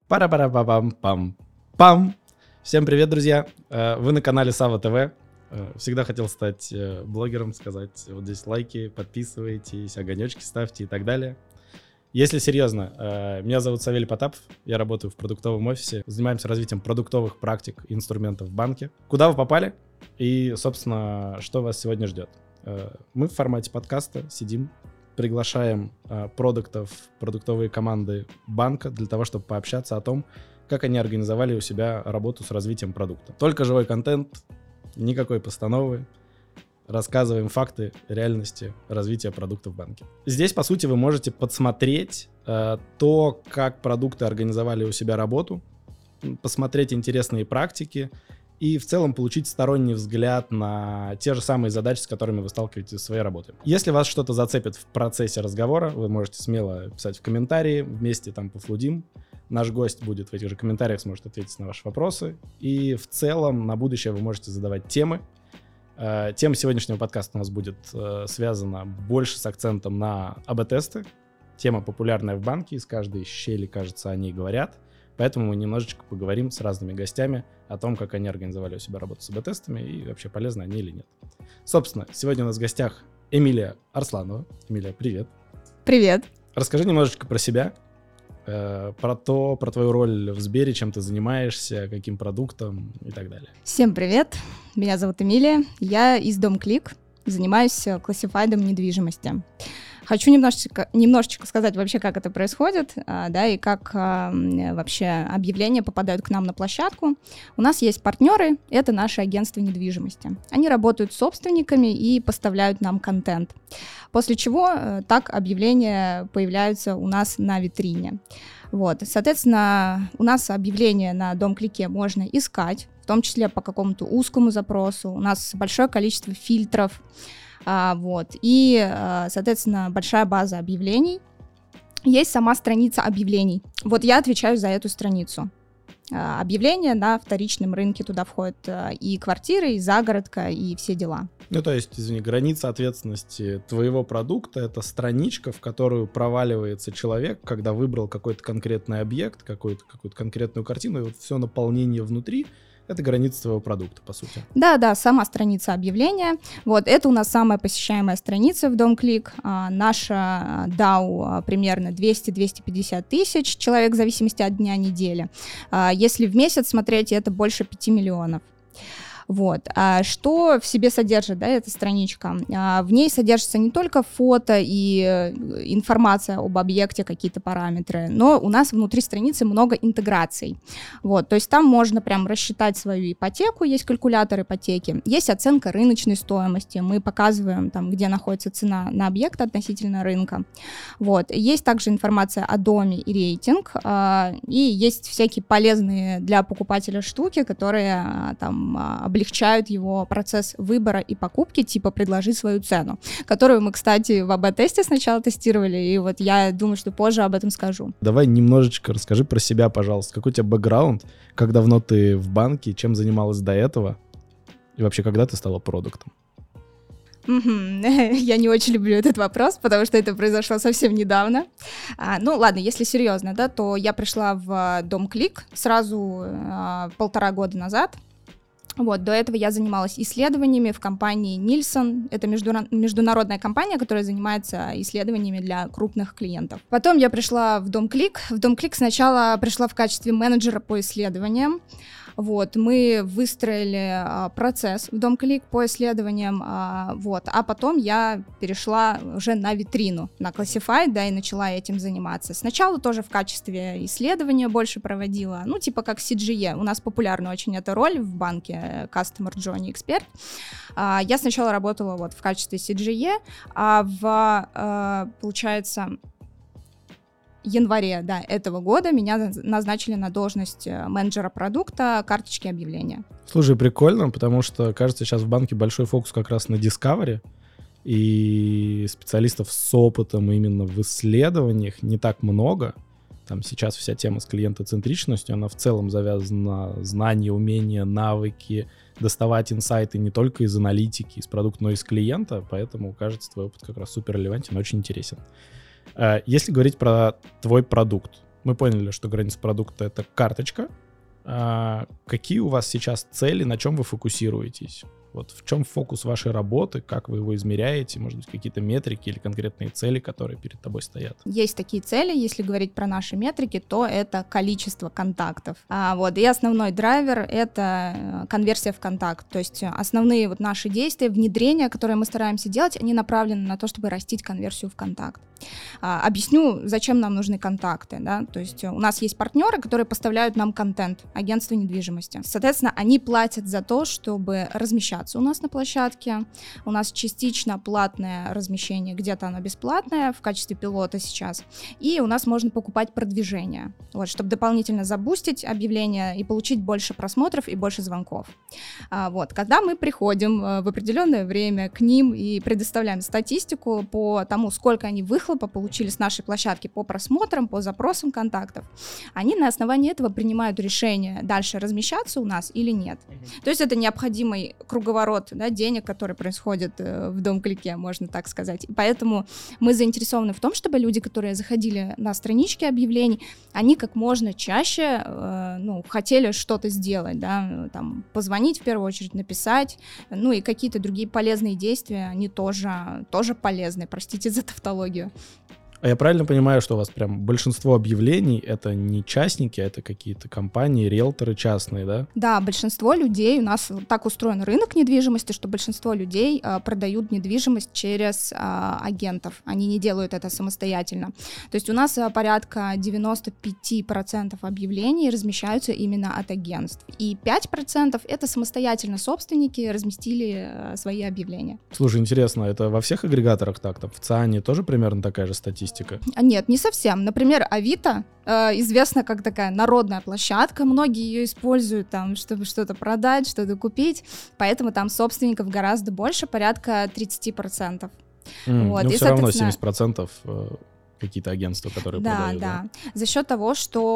Пара-пара-па-пам-пам-пам. Всем привет, друзья! Вы на канале Сава ТВ. Всегда хотел стать блогером, сказать вот здесь лайки, подписывайтесь, огонечки ставьте и так далее. Если серьезно, меня зовут Савелий Потапов, я работаю в продуктовом офисе, занимаемся развитием продуктовых практик и инструментов в банке. Куда вы попали и, собственно, что вас сегодня ждет? Мы в формате подкаста сидим, приглашаем продуктовые команды банка для того, чтобы пообщаться о том, как они организовали у себя работу с развитием продукта. Только живой контент, никакой постановы. Рассказываем факты реальности развития продукта в банке. Здесь, по сути, вы можете подсмотреть то, как продукты организовали у себя работу, посмотреть интересные практики и в целом получить сторонний взгляд на те же самые задачи, с которыми вы сталкиваетесь в своей работе. Если вас что-то зацепит в процессе разговора, вы можете смело писать в комментарии, вместе там пофлудим. Наш гость будет в этих же комментариях, сможет ответить на ваши вопросы. И в целом на будущее вы можете задавать темы. Тема сегодняшнего подкаста у нас будет связана больше с акцентом на АБ-тесты. Тема популярная в банке, из каждой щели, кажется, о ней говорят. Поэтому мы немножечко поговорим с разными гостями о том, как они организовали у себя работу с АБ-тестами и вообще полезны они или нет. Собственно, сегодня у нас в гостях Эмилия Арсланова. Эмилия, привет. Привет. Расскажи немножечко про себя, про твою роль в Сбере, чем ты занимаешься, каким продуктом и так далее. Всем привет. Меня зовут Эмилия. Я из DomClick, занимаюсь классифайдом недвижимости. Хочу немножечко сказать вообще, как это происходит, да, и как вообще объявления попадают к нам на площадку. У нас есть партнеры, это наши агентства недвижимости. Они работают с собственниками и поставляют нам контент. После чего так объявления появляются у нас на витрине. Вот, соответственно, у нас объявления на DomClick можно искать, в том числе по какому-то узкому запросу. У нас большое количество фильтров. Соответственно, большая база объявлений. Есть сама страница объявлений. Вот я отвечаю за эту страницу. Объявления на вторичном рынке, туда входят и квартиры, и загородка, и все дела. Ну, то есть, извини, граница ответственности твоего продукта — это страничка, в которую проваливается человек, когда выбрал какой-то конкретный объект, какую-то конкретную картину, и вот все наполнение внутри — это граница твоего продукта, по сути. Да, сама страница объявления. Вот, это у нас самая посещаемая страница в DomClick. Наша DAU примерно 200-250 тысяч человек в зависимости от дня недели. Если в месяц смотреть, это больше 5 миллионов. Вот. Что в себе содержит, да, эта страничка? В ней содержится не только фото и информация об объекте, какие-то параметры, но у нас внутри страницы много интеграций. Вот. То есть там можно прям рассчитать свою ипотеку, есть калькулятор ипотеки, есть оценка рыночной стоимости, мы показываем, там, где находится цена на объект относительно рынка. Вот. Есть также информация о доме и рейтинг, и есть всякие полезные для покупателя штуки, которые там облегчают его процесс выбора и покупки, типа предложи свою цену, которую мы, кстати, в АБ-тесте сначала тестировали, и вот я думаю, что позже об этом скажу. Давай немножечко расскажи про себя, пожалуйста. Какой у тебя бэкграунд, как давно ты в банке, чем занималась до этого, и вообще, когда ты стала продуктом? Я не очень люблю этот вопрос, потому что это произошло совсем недавно. Ну ладно, если серьезно, да, то я пришла в DomClick сразу 1,5 года назад. Вот, до этого я занималась исследованиями в компании Nielsen. Это международная компания, которая занимается исследованиями для крупных клиентов. Потом я пришла в DomClick. В DomClick сначала пришла в качестве менеджера по исследованиям. Вот, мы выстроили процесс в DomClick по исследованиям, а потом я перешла уже на витрину, на Classified, да, и начала этим заниматься. Сначала тоже в качестве исследования больше проводила, ну, типа как CGE. У нас популярна очень эта роль в банке, Customer Journey Expert. Я сначала работала вот в качестве CGE, получается, январе, да, этого года меня назначили на должность менеджера продукта карточки объявления. Слушай, прикольно, потому что, кажется, сейчас в банке большой фокус как раз на Discovery, и специалистов с опытом именно в исследованиях не так много. Там сейчас вся тема с клиентоцентричностью, она в целом завязана на знания, умения, навыки, доставать инсайты не только из аналитики, из продукта, но и из клиента, поэтому, кажется, твой опыт как раз супер релевантен, очень интересен. Если говорить про твой продукт, Мы поняли, что граница продукта — это карточка. Какие у вас сейчас цели, на чем вы фокусируетесь? Вот в чем фокус вашей работы, как вы его измеряете, может быть, какие-то метрики или конкретные цели, которые перед тобой стоят? Есть такие цели, если говорить про наши метрики, то это количество контактов. И основной драйвер — это конверсия в контакт, то есть основные вот наши действия, внедрения, которые мы стараемся делать, они направлены на то, чтобы растить конверсию в контакт. Объясню, зачем нам нужны контакты, да, то есть у нас есть партнеры, которые поставляют нам контент, агентство недвижимости. Соответственно, они платят за то, чтобы размещаться у нас на площадке. У нас частично платное размещение, где-то оно бесплатное в качестве пилота сейчас. И у нас можно покупать продвижение, вот, чтобы дополнительно забустить объявление и получить больше просмотров и больше звонков. Когда мы приходим в определенное время к ним и предоставляем статистику по тому, сколько они выхлопа получили с нашей площадки по просмотрам, по запросам контактов, они на основании этого принимают решение, дальше размещаться у нас или нет. То есть это необходимый круговорот, да, денег, который происходит в DomClick, можно так сказать. И поэтому мы заинтересованы в том, чтобы люди, которые заходили на странички объявлений, они как можно чаще хотели что-то сделать, да, там, позвонить в первую очередь, написать, и какие-то другие полезные действия, они тоже полезны, простите за тавтологию. А я правильно понимаю, что у вас прям большинство объявлений — это не частники, а это какие-то компании, риэлторы частные, да? Да, большинство людей, у нас так устроен рынок недвижимости, что большинство людей продают недвижимость через агентов, они не делают это самостоятельно. То есть у нас порядка 95% объявлений размещаются именно от агентств, и 5% это самостоятельно собственники разместили свои объявления. Слушай, интересно, это во всех агрегаторах так? Там в ЦИАНе тоже примерно такая же статистика? Нет, не совсем. Например, Авито известна как такая народная площадка. Многие ее используют там, чтобы что-то продать, что-то купить. Поэтому там собственников гораздо больше, порядка 30%. Но все равно 70% какие-то агентства, которые продают. Да. За счет того,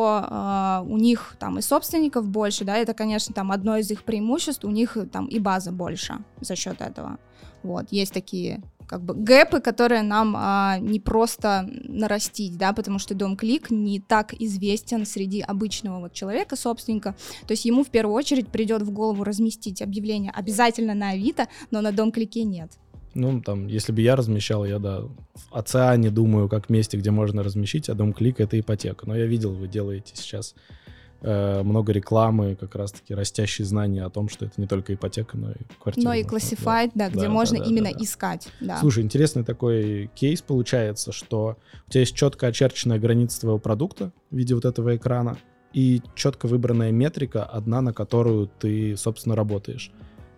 что у них там и собственников больше, да, это, конечно, там одно из их преимуществ, у них там и база больше за счет этого. Вот, есть такие как бы гэпы, которые нам не просто нарастить, да, потому что DomClick не так известен среди обычного вот человека, собственника, то есть ему в первую очередь придет в голову разместить объявление обязательно на Авито, но на DomClick нет. Там, если бы я размещал, я, о ЦИАНе думаю, как месте, где можно размещить, а DomClick — это ипотека. Но я видел, вы делаете сейчас много рекламы, как раз-таки растящие знания о том, что это не только ипотека, но и квартира. Но и Classified, где можно именно искать. Да. Слушай, интересный такой кейс получается, что у тебя есть четко очерченная граница твоего продукта в виде вот этого экрана и четко выбранная метрика, одна, на которую ты, собственно, работаешь.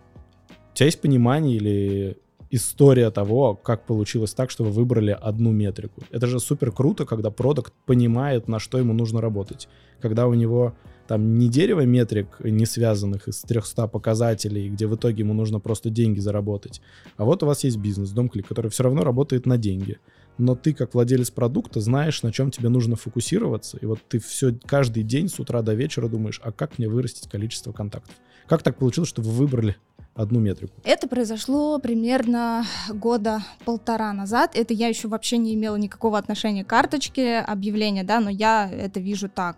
У тебя есть понимание или история того, как получилось так, что вы выбрали одну метрику? Это же супер круто, когда продакт понимает, на что ему нужно работать. Когда у него там не дерево метрик, не связанных из 300 показателей, где в итоге ему нужно просто деньги заработать. А вот у вас есть бизнес, DomClick, который все равно работает на деньги. Но ты, как владелец продукта, знаешь, на чем тебе нужно фокусироваться. И вот ты каждый день с утра до вечера думаешь, а как мне вырастить количество контактов? Как так получилось, что вы выбрали одну метрику? Это произошло примерно 1.5 года назад. Это я еще вообще не имела никакого отношения к карточке, объявления, да, но я это вижу так.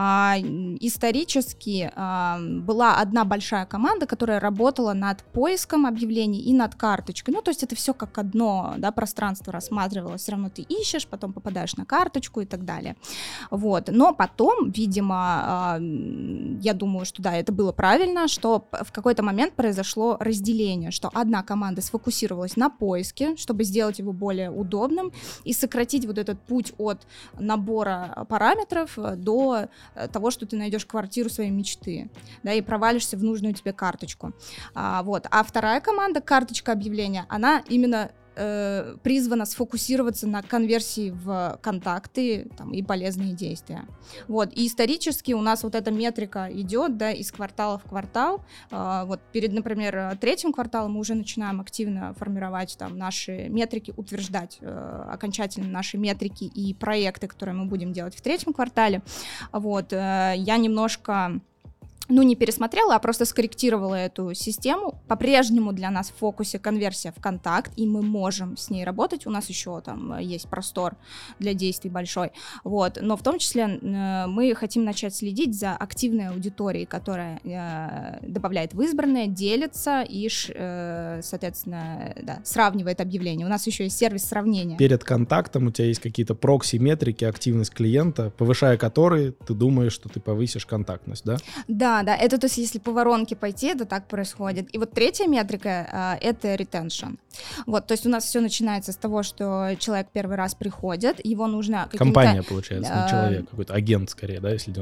Исторически была одна большая команда, которая работала над поиском объявлений и над карточкой. То есть это все как одно, да, пространство рассматривалось. Все равно ты ищешь, потом попадаешь на карточку и так далее. Вот. Но потом, видимо, я думаю, что да, это было правильно, что в какой-то момент произошло разделение, что одна команда сфокусировалась на поиске, чтобы сделать его более удобным и сократить вот этот путь от набора параметров до того, что ты найдешь квартиру своей мечты, да, и провалишься в нужную тебе карточку. А вторая команда, карточка объявления, она именно призвана сфокусироваться на конверсии в контакты там, и полезные действия. Вот. И исторически у нас вот эта метрика идет, да, из квартала в квартал. Вот перед, например, третьим кварталом мы уже начинаем активно формировать там, наши метрики, утверждать окончательно наши метрики и проекты, которые мы будем делать в третьем квартале. Вот. Я немножко не пересмотрела, а просто скорректировала эту систему. По-прежнему для нас в фокусе конверсия в контакт, и мы можем с ней работать. У нас еще там есть простор для действий большой. Вот. Но в том числе мы хотим начать следить за активной аудиторией, которая добавляет в избранное, делится и, соответственно, сравнивает объявления. У нас еще есть сервис сравнения. Перед контактом у тебя есть какие-то прокси-метрики, активность клиента, повышая которые ты думаешь, что ты повысишь контактность, да? Да, это то есть если по воронке пойти, это так происходит. И вот третья метрика это retention. Вот, то есть у нас все начинается с того, что человек первый раз приходит, его нужно каким-то... Компания, получается, не человек, какой-то агент скорее, да, если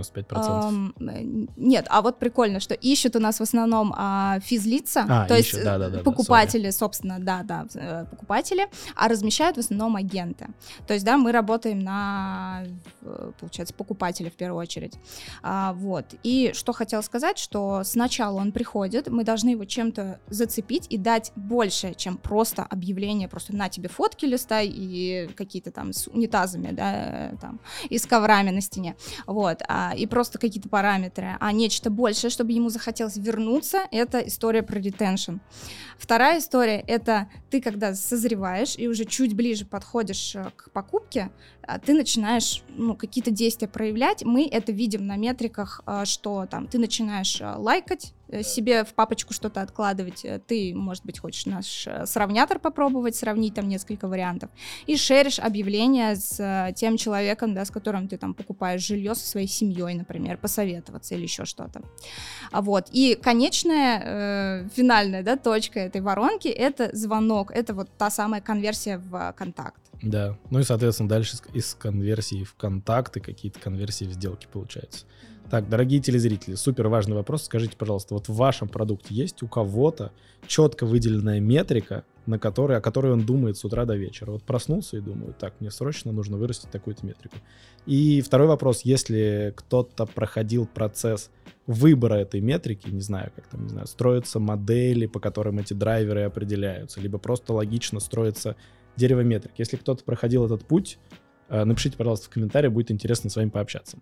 95%? Нет, а вот прикольно, что ищут у нас в основном физлица, то ищут, есть покупатели, собственно, покупатели, а размещают в основном агенты. То есть, да, мы работаем на, получается, покупателя в первую очередь. Вот, и что хотела сказать, что сначала он приходит, мы должны его чем-то зацепить и дать больше, чем просто объявление, просто на тебе фотки листай и какие-то там с унитазами, да, там, и с коврами на стене, вот, и просто какие-то параметры, а нечто большее, чтобы ему захотелось вернуться, это история про ретеншн. Вторая история, это ты, когда созреваешь и уже чуть ближе подходишь к покупке, ты начинаешь, какие-то действия проявлять, мы это видим на метриках, что там ты начинаешь лайкать, себе в папочку что-то откладывать, ты, может быть, хочешь наш сравнятор попробовать, сравнить там несколько вариантов, и шеришь объявление с тем человеком, да, с которым ты там покупаешь жилье, со своей семьей, например, посоветоваться или еще что-то. Вот. И конечная, финальная, да, точка этой воронки — это звонок, это вот та самая конверсия в контакт. Да, ну и, соответственно, дальше из конверсии в контакты какие-то конверсии в сделки получаются. Так, дорогие телезрители, супер важный вопрос. Скажите, пожалуйста, вот в вашем продукте есть у кого-то четко выделенная метрика, о которой он думает с утра до вечера? Вот проснулся и думает, так, мне срочно нужно вырастить такую-то метрику. И второй вопрос, если кто-то проходил процесс выбора этой метрики, не знаю, строятся модели, по которым эти драйверы определяются, либо просто логично строится дерево метрик. Если кто-то проходил этот путь, напишите, пожалуйста, в комментариях, будет интересно с вами пообщаться.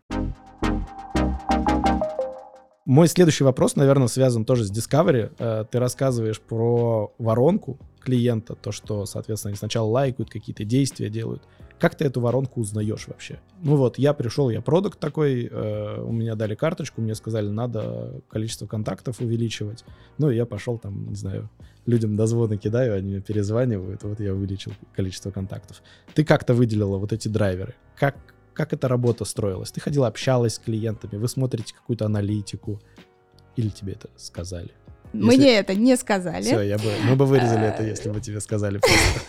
Мой следующий вопрос, наверное, связан тоже с Discovery. Ты рассказываешь про воронку клиента, то, что, соответственно, они сначала лайкают, какие-то действия делают. Как ты эту воронку узнаешь вообще? Ну вот, я пришел, я продакт такой, у меня дали карточку, мне сказали, надо количество контактов увеличивать. Ну, и я пошел там, не знаю, людям дозвоны кидаю, они мне перезванивают, вот я увеличил количество контактов. Ты как-то выделила вот эти драйверы. Как эта работа строилась? Ты ходила, общалась с клиентами, вы смотрите какую-то аналитику, или тебе это сказали? Мне это не сказали. Все, мы бы вырезали это, если бы тебе сказали просто.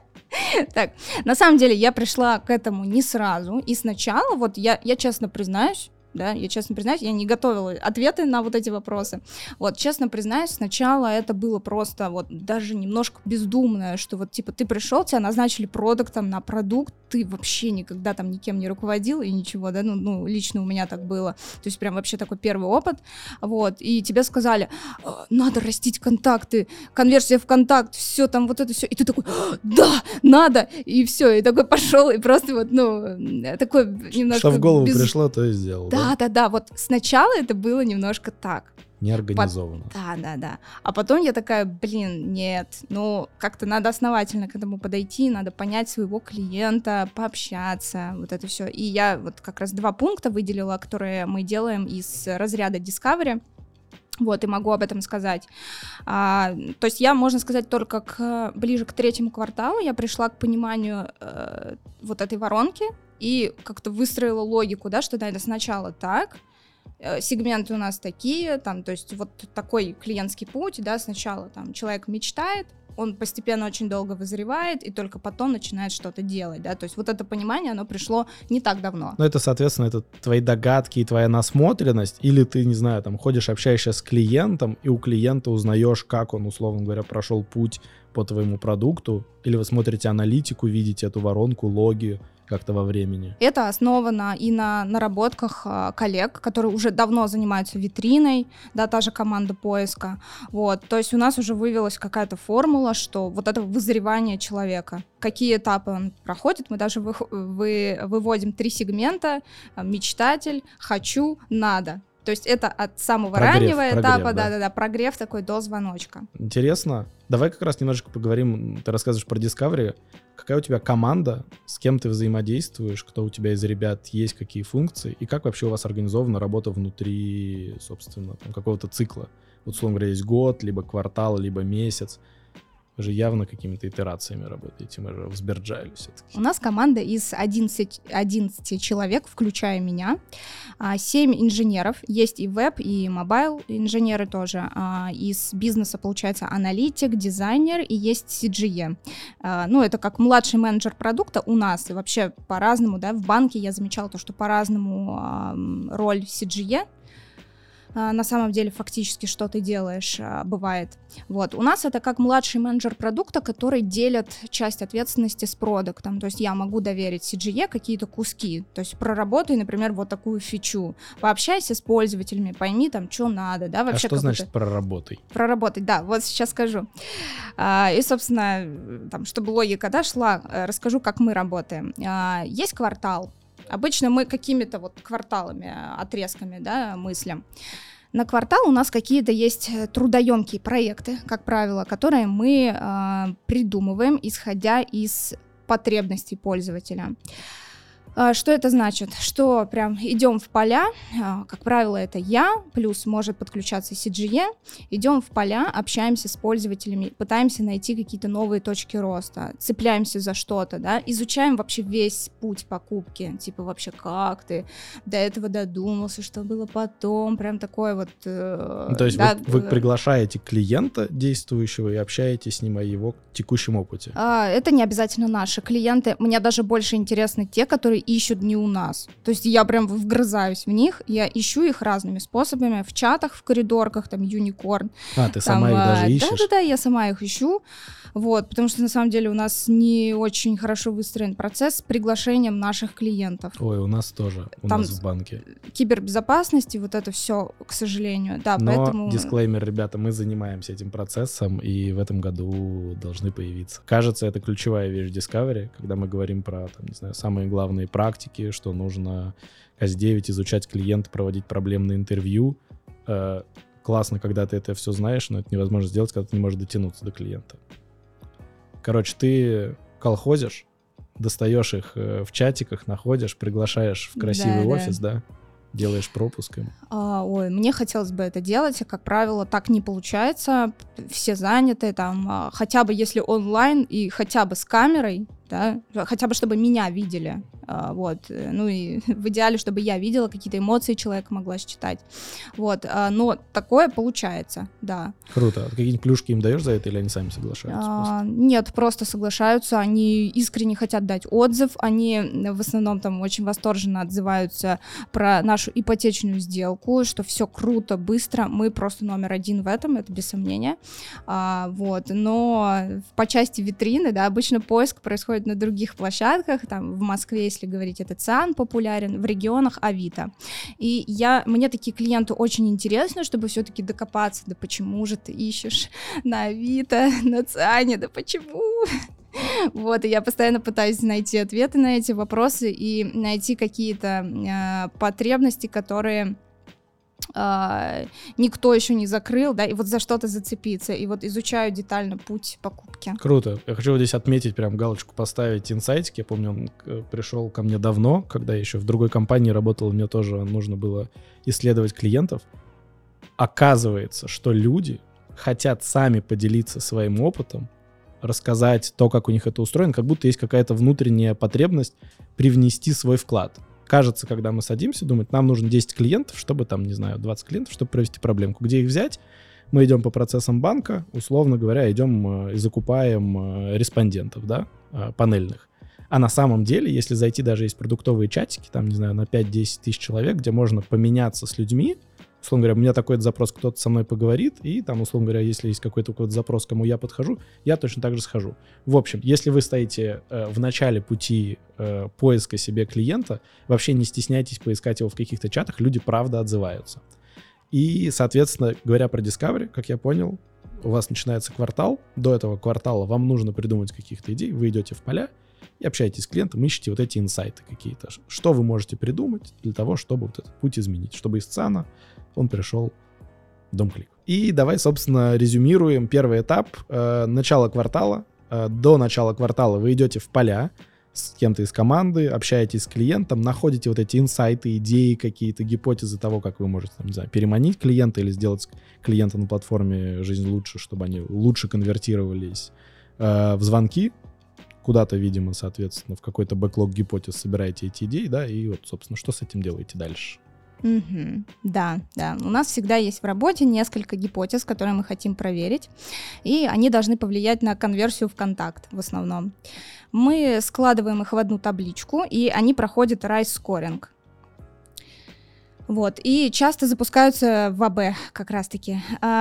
Так, на самом деле я пришла к этому не сразу, и сначала, вот я честно признаюсь, я не готовила ответы на вот эти вопросы. Вот, честно признаюсь, сначала это было просто вот даже немножко бездумное, что вот типа ты пришел, тебя назначили продуктом на продукт, ты вообще никогда там никем не руководил и ничего, да, лично у меня так было. То есть прям вообще такой первый опыт, вот, и тебе сказали, надо растить контакты, конверсия в контакт, все там вот это все, и ты такой, да, надо, и все, и такой пошел, и просто вот, такой немножко... Что в голову пришло, то и сделал, Да, вот сначала это было немножко так. Неорганизованно. Да. А потом я такая, нет, как-то надо основательно к этому подойти, надо понять своего клиента, пообщаться, вот это все. И я вот как раз 2 пункта выделила, которые мы делаем из разряда Discovery. Вот, и могу об этом сказать. То есть я, можно сказать, только ближе к 3-му кварталу я пришла к пониманию вот этой воронки и как-то выстроила логику, да, что это сначала так, сегменты у нас такие, там, то есть вот такой клиентский путь, да, сначала там человек мечтает, он постепенно очень долго вызревает и только потом начинает что-то делать, да, то есть вот это понимание, оно пришло не так давно. Ну, это, соответственно, это твои догадки и твоя насмотренность, или ты, не знаю, там, ходишь, общаешься с клиентом, и у клиента узнаешь, как он, условно говоря, прошел путь по твоему продукту, или вы смотрите аналитику, видите эту воронку, логи как-то во времени. Это основано и на наработках коллег, которые уже давно занимаются витриной, да, та же команда поиска, вот, то есть у нас уже вывелась какая-то формула, что вот это вызревание человека, какие этапы он проходит, мы даже выводим 3 сегмента: мечтатель, хочу, надо. То есть это от самого Прогрев, раннего этапа, да. да-да-да, прогрев такой до звоночка. Интересно. Давай как раз немножечко поговорим. Ты рассказываешь про Discovery. Какая у тебя команда, с кем ты взаимодействуешь, кто у тебя из ребят есть, какие функции, и как вообще у вас организована работа внутри, собственно, там, какого-то цикла? Вот, условно говоря, есть год, либо квартал, либо месяц. Вы же явно какими-то итерациями работаете, мы же в Сберджайле все-таки. У нас команда из 11 человек, включая меня, 7 инженеров, есть и веб, и мобайл инженеры тоже, из бизнеса, получается, аналитик, дизайнер, и есть CGE. Ну, это как младший менеджер продукта у нас, и вообще по-разному, да, в банке я замечала то, что по-разному роль CGE, на самом деле фактически что ты делаешь, бывает. Вот. У нас это как младший менеджер продукта, который делит часть ответственности с продуктом. То есть я могу доверить CGE какие-то куски. То есть проработай, например, вот такую фичу. Пообщайся с пользователями, пойми там, что надо. Да, вообще, что значит проработай? Проработать, да, вот сейчас скажу. И, собственно, там, чтобы логика, да, шла, расскажу, как мы работаем. Есть квартал. Обычно мы какими-то вот кварталами, отрезками, да, мыслим. На квартал у нас какие-то есть трудоемкие проекты, как правило, которые мы придумываем, исходя из потребностей пользователя. Что это значит? Что прям идем в поля, как правило, это я, плюс может подключаться CGE, идем в поля, общаемся с пользователями, пытаемся найти какие-то новые точки роста, цепляемся за что-то, да, изучаем вообще весь путь покупки, типа вообще как ты до этого додумался, что было потом, прям такое вот... То есть да, вы приглашаете клиента действующего и общаетесь с ним о его текущем опыте? Это не обязательно наши клиенты, мне даже больше интересны те, которые ищут не у нас. То есть я прям вгрызаюсь в них, я ищу их разными способами, в чатах, в коридорках, там, Unicorn. Ты сама их даже ищешь? Да-да-да, я сама их ищу. Вот, потому что на самом деле у нас не очень хорошо выстроен процесс с приглашением наших клиентов. Ой, у нас тоже, у нас в банке. Кибербезопасность и вот это все, к сожалению. Да, но поэтому... дисклеймер, ребята, мы занимаемся этим процессом, и в этом году должны появиться. Кажется, это ключевая вещь в Discovery, когда мы говорим про, там, не знаю, самые главные практики, что нужно КАС-9 изучать клиента, проводить проблемные интервью. Классно, когда ты это все знаешь, но это невозможно сделать, когда ты не можешь дотянуться до клиента. Короче, ты колхозишь, достаешь их в чатиках, находишь, приглашаешь в красивый офис, да? Делаешь пропуск им. Ой, мне хотелось бы это делать, как правило, так не получается. Все заняты, там, хотя бы если онлайн и хотя бы с камерой, да, хотя бы чтобы меня видели, вот, ну и в идеале, чтобы я видела, какие-то эмоции человека могла считать, вот, но такое получается, да. Круто. А какие-нибудь плюшки им даешь за это или они сами соглашаются? Нет, просто соглашаются, они искренне хотят дать отзыв, они в основном там очень восторженно отзываются про нашу ипотечную сделку, что все круто, быстро, мы просто номер один в этом, это без сомнения, вот, но по части витрины, да, обычно поиск происходит на других площадках, там в Москве, если говорить, это ЦИАН популярен, в регионах Авито. И мне такие клиенты очень интересны, чтобы все-таки докопаться, да почему же ты ищешь на Авито, на ЦИАНе, да почему? Вот, и я постоянно пытаюсь найти ответы на эти вопросы и найти какие-то потребности, которые никто еще не закрыл, да, и вот за что-то зацепиться, и вот изучаю детально путь покупки. Круто. Я хочу вот здесь отметить, прям галочку поставить инсайтик. Я помню, он пришел ко мне давно, когда я еще в другой компании работал, мне тоже нужно было исследовать клиентов. Оказывается, что люди хотят сами поделиться своим опытом, рассказать то, как у них это устроено, как будто есть какая-то внутренняя потребность привнести свой вклад. Кажется, когда мы садимся, думать, нам нужно 10 клиентов, чтобы там, не знаю, 20 клиентов, чтобы провести проблемку. Где их взять? Мы идем по процессам банка, условно говоря, идем и закупаем респондентов, да, панельных. А на самом деле, если зайти, даже есть продуктовые чатики, там, не знаю, на 5-10 тысяч человек, где можно поменяться с людьми, условно говоря, у меня такой запрос, кто-то со мной поговорит, и там, условно говоря, если есть какой-то запрос, кому я подхожу, я точно так же схожу. В общем, если вы стоите в начале пути поиска себе клиента, вообще не стесняйтесь поискать его в каких-то чатах, люди правда отзываются. И, соответственно, говоря про Discovery, как я понял, у вас начинается квартал, до этого квартала вам нужно придумать каких-то идей, вы идете в поля и общаетесь с клиентом, ищете вот эти инсайты какие-то. Что вы можете придумать для того, чтобы вот этот путь изменить, чтобы из ЦАНа он пришел в DomClick. И давай, собственно, резюмируем первый этап. Начало квартала. До начала квартала вы идете в поля с кем-то из команды, общаетесь с клиентом, находите вот эти инсайты, идеи, какие-то гипотезы того, как вы можете, там, не знаю, переманить клиента или сделать клиента на платформе «Жизнь лучше», чтобы они лучше конвертировались в звонки куда-то, видимо, соответственно, в какой-то бэклог гипотез собираете эти идеи, да, и вот, собственно, что с этим делаете дальше? Да. У нас всегда есть в работе несколько гипотез, которые мы хотим проверить, и они должны повлиять на конверсию в контакт в основном. Мы складываем их в одну табличку, и они проходят RISE-скоринг. Вот, и часто запускаются в АБ как раз-таки.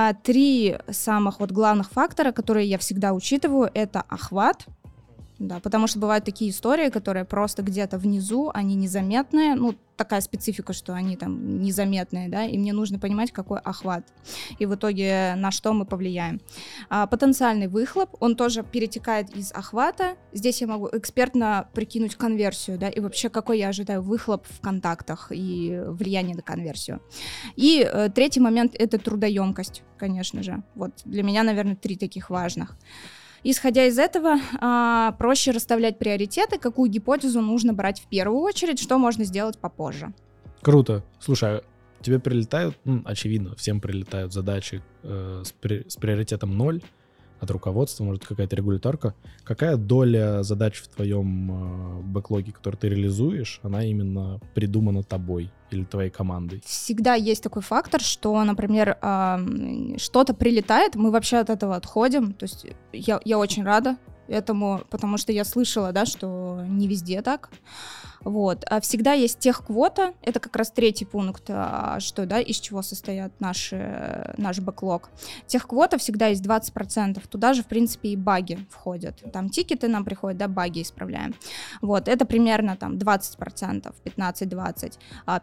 3 самых главных фактора, которые я всегда учитываю, это охват. Да, потому что бывают такие истории, которые просто где-то внизу, они незаметные, такая специфика, что они там незаметные, да, и мне нужно понимать, какой охват, и в итоге на что мы повлияем. Потенциальный выхлоп, он тоже перетекает из охвата, здесь я могу экспертно прикинуть конверсию, да, и вообще какой я ожидаю выхлоп в контактах и влияние на конверсию. И третий момент — это трудоемкость, конечно же, вот для меня, наверное, 3 таких важных. Исходя из этого, проще расставлять приоритеты, какую гипотезу нужно брать в первую очередь, что можно сделать попозже. Круто. Слушай, тебе прилетают, очевидно, всем прилетают задачи с приоритетом 0 от руководства, может, какая-то регуляторка. Какая доля задач в твоем бэклоге, который ты реализуешь, она именно придумана тобой или твоей командой? Всегда есть такой фактор, что, например, что-то прилетает, мы вообще от этого отходим. То есть я очень рада этому, потому что я слышала, да, что не везде так. Вот. Всегда есть техквота, это как раз 3-й пункт, что, да, из чего состоит наш бэклог. Техквота всегда есть 20%, туда же, в принципе, и баги входят. Там тикеты нам приходят, да, баги исправляем. Вот, это примерно там 20%, 15-20%.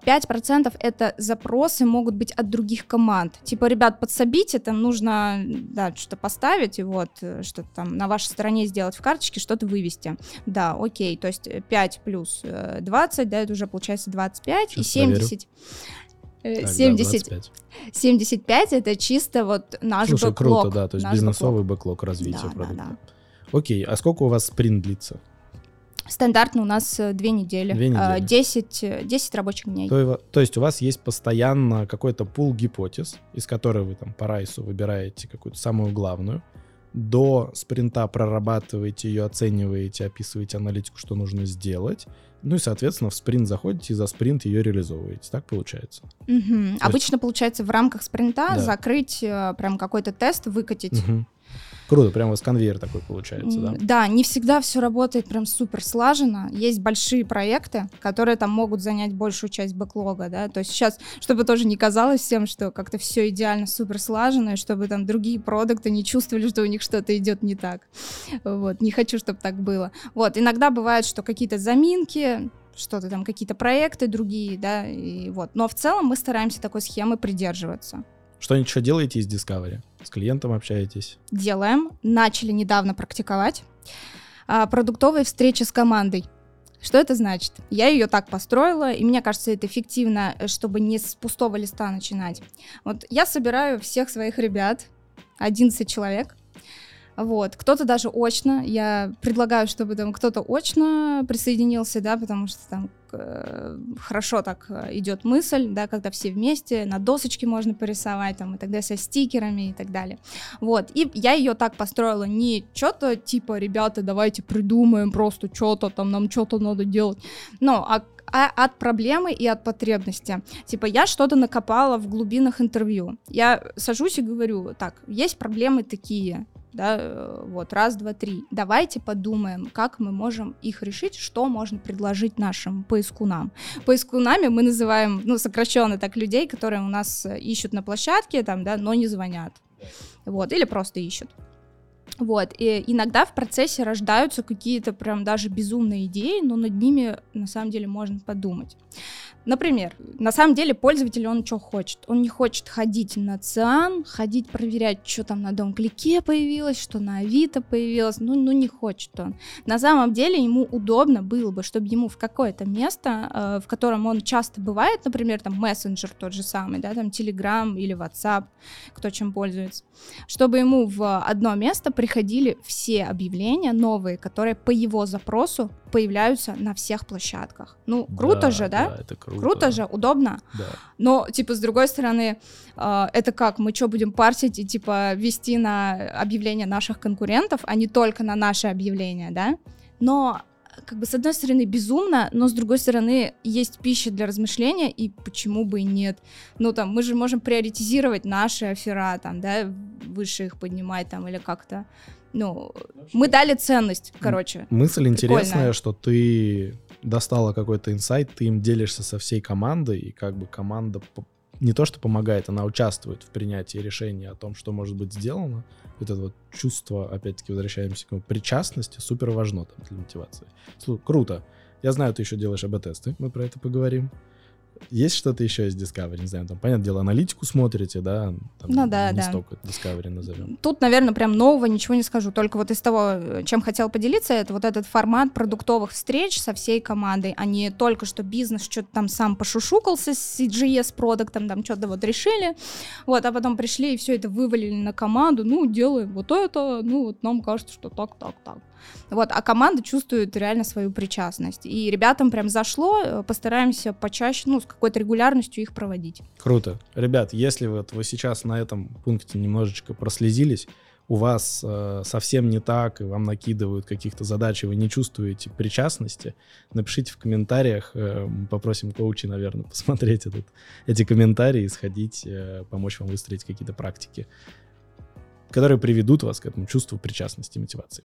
5% это запросы могут быть от других команд. Типа, ребят, подсобите, там нужно, да, что-то поставить, и вот, что-то там на вашей стороне сделать в карточке, что-то вывести. Да, окей, то есть 5 плюс 20, да, это уже получается 25, сейчас и 70. Так, 70, да, 25. 75 это чисто вот наш Слушай, бэклог. Круто, да, то есть бизнесовый бэклог развития продукта. Да. Окей, а сколько у вас спринт длится? Стандартно у нас 2 недели. 2 недели. 10 рабочих дней. То есть у вас есть постоянно какой-то пул гипотез, из которой вы там по райсу выбираете какую-то самую главную, до спринта прорабатываете ее, оцениваете, описываете аналитику, что нужно сделать. Ну и, соответственно, в спринт заходите и за спринт ее реализовываете. Так получается? Обычно получается в рамках спринта да. закрыть прям какой-то тест, выкатить. Круто, прям у вас конвейер такой получается, да? Да, не всегда все работает прям супер слаженно. Есть большие проекты, которые там могут занять большую часть бэклога, да. То есть сейчас, чтобы тоже не казалось всем, что как-то все идеально супер слаженно, и чтобы там другие продукты не чувствовали, что у них что-то идет не так. Вот, не хочу, чтобы так было. Вот, иногда бывает, что какие-то заминки, что-то там, какие-то проекты другие, да, и вот. Но в целом мы стараемся такой схемы придерживаться. Что-нибудь еще делаете из Discovery? С клиентом общаетесь? Делаем. Начали недавно практиковать. Продуктовые встречи с командой. Что это значит? Я ее так построила, и мне кажется, это эффективно, чтобы не с пустого листа начинать. Вот я собираю всех своих ребят, 11 человек. Вот. Кто-то даже очно. Я предлагаю, чтобы там кто-то очно присоединился, да, потому что там хорошо так идет мысль, да, когда все вместе, на досочке можно порисовать, там, и тогда со стикерами и так далее. Вот, и я ее так построила, не что-то типа, ребята, давайте придумаем просто что-то, там, нам что-то надо делать, но от проблемы и от потребности. Типа, я что-то накопала в глубинах интервью, я сажусь и говорю, так, есть проблемы такие, да, вот, 1, 2, 3. Давайте подумаем, как мы можем их решить, что можно предложить нашим поискунам. Поискунами мы называем, сокращенно так, людей, которые у нас ищут на площадке, там, да, но не звонят. Вот, или просто ищут. Вот, и иногда в процессе рождаются какие-то прям даже безумные идеи, но над ними на самом деле можно подумать. Например, на самом деле пользователь, он что хочет? Он не хочет ходить на ЦИАН, ходить проверять, что там на DomClick появилось, что на Авито появилось, ну не хочет он. На самом деле ему удобно было бы, чтобы ему в какое-то место, в котором он часто бывает, например, там мессенджер тот же самый, да, там Telegram или WhatsApp, кто чем пользуется, чтобы ему в одно место приходили все объявления новые, которые по его запросу появляются на всех площадках. Ну, круто же, да? Да, это круто. Круто же, удобно. Да. Но, типа, с другой стороны, это как? Мы что, будем парсить и, типа, вести на объявления наших конкурентов, а не только на наши объявления, да? Но, как бы, с одной стороны, безумно, но, с другой стороны, есть пища для размышления, и почему бы и нет? Ну, там, мы же можем приоритизировать наши оффера, там, да, выше их поднимать, там, или как-то. Ну, мы дали ценность, короче. Мысль Прикольная. интересная, что ты достала какой-то инсайт, ты им делишься со всей командой, и как бы команда не то что помогает, она участвует в принятии решения о том, что может быть сделано. Вот это вот чувство, опять-таки, возвращаемся к причастности, супер важно там для мотивации. Круто. Я знаю, ты еще делаешь АБ-тесты, мы про это поговорим. Есть что-то еще из Discovery? Не знаю, там, понятное дело, аналитику смотрите, да? Там, ну да, не да. столько Discovery назовем. Тут, наверное, прям нового ничего не скажу. Только вот из того, чем хотела поделиться, это вот этот формат продуктовых встреч со всей командой, а не только что бизнес что-то там сам пошушукался с CGS-продуктом, там что-то вот решили, вот, а потом пришли и все это вывалили на команду, ну, делаем вот это, ну, вот нам кажется, что так. Вот, а команда чувствует реально свою причастность. И ребятам прям зашло, постараемся почаще, ну, с какой-то регулярностью их проводить. Круто. Ребят, если вот вы сейчас на этом пункте немножечко прослезились, у вас совсем не так, и вам накидывают каких-то задач, и вы не чувствуете причастности, напишите в комментариях, мы попросим коучей, наверное, посмотреть эти комментарии, сходить, помочь вам выстроить какие-то практики, которые приведут вас к этому чувству причастности и мотивации.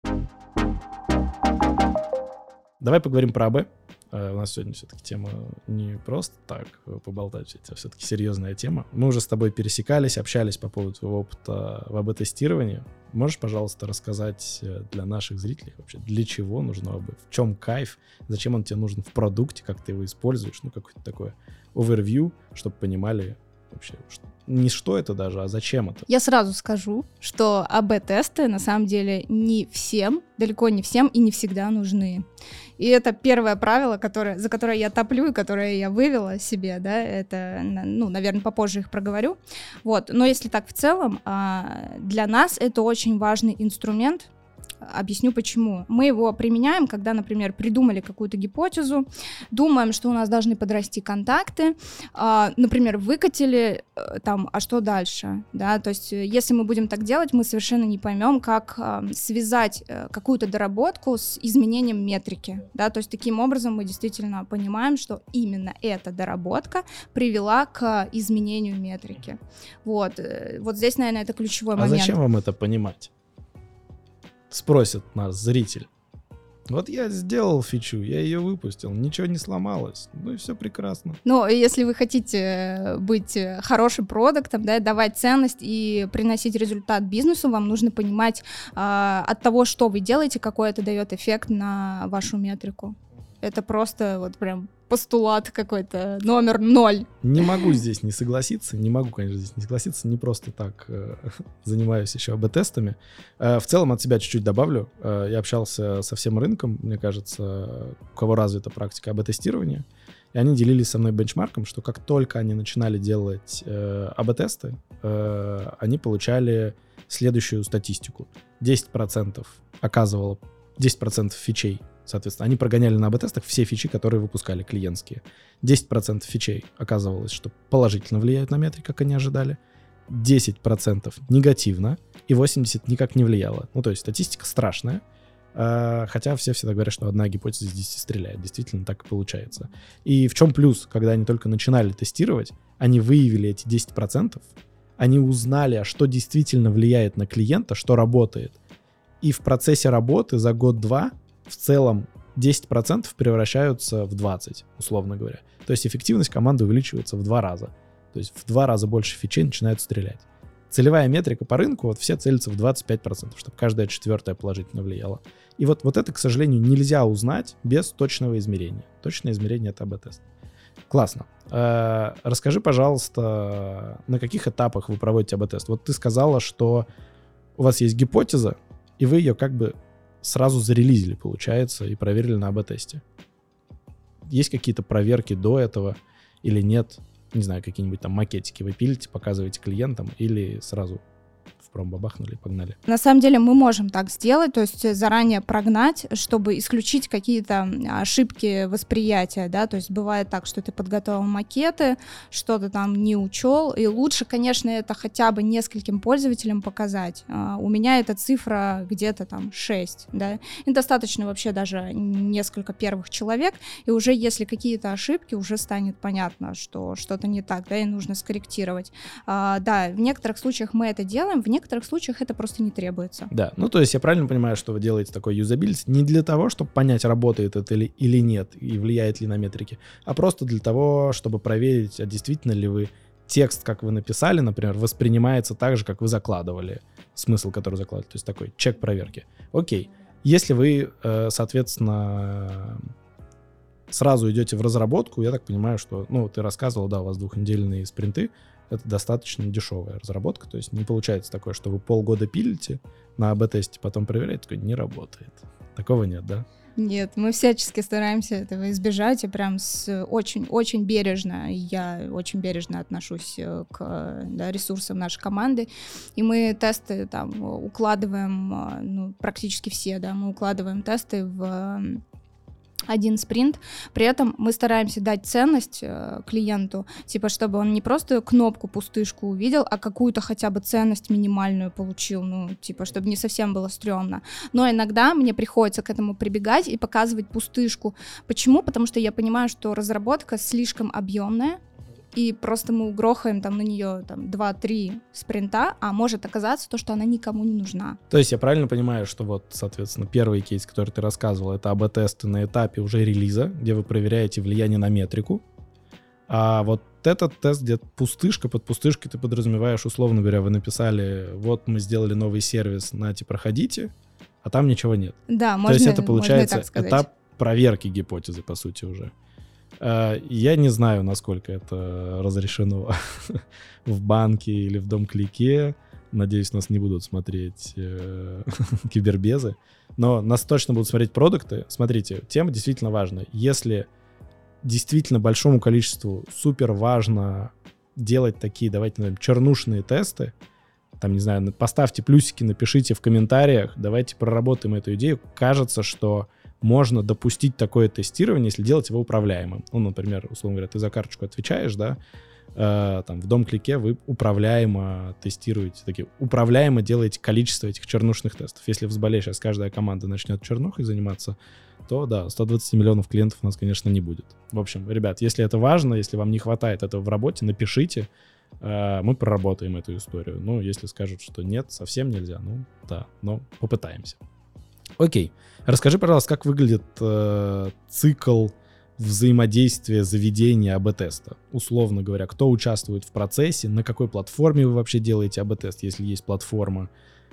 Давай поговорим про АБ. У нас сегодня все-таки тема не просто так поболтать, это все-таки серьезная тема. Мы уже с тобой пересекались, общались по поводу твоего опыта в АБ-тестировании. Можешь, пожалуйста, рассказать для наших зрителей вообще, для чего нужно АБ, в чем кайф, зачем он тебе нужен в продукте, как ты его используешь, ну, какое-то такое overview, чтобы понимали вообще, не что это даже, а зачем это? Я сразу скажу, что АБ-тесты на самом деле не всем, далеко не всем и не всегда нужны. И это первое правило, за которое я топлю и которое я вывела себе, да, это, ну, наверное, попозже их проговорю. Вот, но если так в целом, для нас это очень важный инструмент. Объясню почему. Мы его применяем, когда, например, придумали какую-то гипотезу, думаем, что у нас должны подрасти контакты, например, выкатили там, а что дальше? Да? То есть, если мы будем так делать, мы совершенно не поймем, как связать какую-то доработку с изменением метрики. Да? То есть, таким образом мы действительно понимаем, что именно эта доработка привела к изменению метрики. Вот здесь, наверное, это ключевой момент. А зачем вам это понимать? Спросит нас зритель. Вот я сделал фичу, я ее выпустил, ничего не сломалось, ну и все прекрасно. Ну, если вы хотите быть хорошим продуктом, да, давать ценность и приносить результат бизнесу, вам нужно понимать от того, что вы делаете, какой это дает эффект на вашу метрику. Это просто вот прям постулат какой-то, номер 0. Не могу здесь не согласиться, не просто так занимаюсь еще АБ-тестами. В целом от себя чуть-чуть добавлю. Я общался со всем рынком, мне кажется, у кого развита практика АБ-тестирования, и они делились со мной бенчмарком, что как только они начинали делать АБ-тесты, они получали следующую статистику. 10% оказывало 10% фичей. Соответственно, они прогоняли на АБ-тестах все фичи, которые выпускали клиентские. 10% фичей оказывалось, что положительно влияют на метрики, как они ожидали. 10% негативно, и 80% никак не влияло. Ну, то есть статистика страшная, хотя все всегда говорят, что одна гипотеза из 10 стреляет. Действительно, так и получается. И в чем плюс? Когда они только начинали тестировать, они выявили эти 10%, они узнали, а что действительно влияет на клиента, что работает. И в процессе работы за год-два в целом 10% превращаются в 20%, условно говоря. То есть эффективность команды увеличивается в 2 раза. То есть в 2 раза больше фичей начинают стрелять. Целевая метрика по рынку, вот все целятся в 25%, чтобы каждая 4-я положительно влияла. И вот это, к сожалению, нельзя узнать без точного измерения. Точное измерение — это АБ-тест. Классно. Расскажи, пожалуйста, на каких этапах вы проводите АБ-тест? Вот ты сказала, что у вас есть гипотеза, и вы ее как бы сразу зарелизили, получается, и проверили на АБ-тесте. Есть какие-то проверки до этого или нет? Не знаю, какие-нибудь там макетики вы пилите, показываете клиентам или сразу в пром бабахнули, погнали? На самом деле мы можем так сделать, то есть заранее прогнать, чтобы исключить какие-то ошибки восприятия, да, то есть бывает так, что ты подготовил макеты, что-то там не учел, и лучше, конечно, это хотя бы нескольким пользователям показать. У меня эта цифра где-то там 6, да, и достаточно вообще даже несколько первых человек, и уже если какие-то ошибки, уже станет понятно, что что-то не так, да, и нужно скорректировать. Да, в некоторых случаях мы это делаем, в некоторых случаях это просто не требуется. Да, ну то есть я правильно понимаю, что вы делаете такой юзабилити не для того, чтобы понять, работает это или нет, и влияет ли на метрики, а просто для того, чтобы проверить, а действительно ли вы текст, как вы написали, например, воспринимается так же, как вы закладывали, смысл, который закладывали, то есть такой чек проверки. Окей, если вы, соответственно, сразу идете в разработку, я так понимаю, что, ну, ты рассказывал, да, у вас 2-недельные спринты, это достаточно дешевая разработка, то есть не получается такое, что вы полгода пилите на АБ-тесте, потом проверяете, такой, не работает. Такого нет, да? Нет, мы всячески стараемся этого избежать, и прям очень бережно, я очень бережно отношусь к ресурсам нашей команды, и мы тесты там укладываем, ну, практически все, да, мы укладываем тесты в один спринт, при этом мы стараемся дать ценность клиенту, типа, чтобы он не просто кнопку пустышку увидел, а какую-то хотя бы ценность минимальную получил, ну, типа, чтобы не совсем было стрёмно. Но иногда мне приходится к этому прибегать и показывать пустышку. Почему? Потому что я понимаю, что разработка слишком объемная, и просто мы угрохаем там на нее там 2-3 спринта, а может оказаться то, что она никому не нужна. То есть я правильно понимаю, что вот, соответственно, первый кейс, который ты рассказывал, это АБ-тесты на этапе уже релиза, где вы проверяете влияние на метрику, а вот этот тест, где пустышка, под пустышкой ты подразумеваешь, условно говоря, вы написали, вот мы сделали новый сервис, нате, проходите, а там ничего нет. Да, можно. То есть это получается этап проверки гипотезы, по сути, уже. Я не знаю, насколько это разрешено в банке или в Дом-клике. Надеюсь, нас не будут смотреть кибербезы. Но нас точно будут смотреть продукты. Смотрите, тема действительно важна. Если действительно большому количеству супер важно делать такие, давайте назовем, чернушные тесты, там, не знаю, поставьте плюсики, напишите в комментариях, давайте проработаем эту идею. Кажется, что можно допустить такое тестирование, если делать его управляемым. Ну, например, условно говоря, ты за карточку отвечаешь, да, там в Дом-клике вы управляемо тестируете, такие управляемо делаете количество этих чернушных тестов. Если в Сболе сейчас каждая команда начнет чернухой заниматься, то да, 120 миллионов клиентов у нас, конечно, не будет. В общем, ребят, если это важно, если вам не хватает этого в работе, напишите, мы проработаем эту историю. Ну, если скажут, что нет, совсем нельзя, ну да, но попытаемся. Окей. Расскажи, пожалуйста, как выглядит цикл взаимодействия заведения АБ-теста? Условно говоря, кто участвует в процессе, на какой платформе вы вообще делаете АБ-тест, если есть платформа,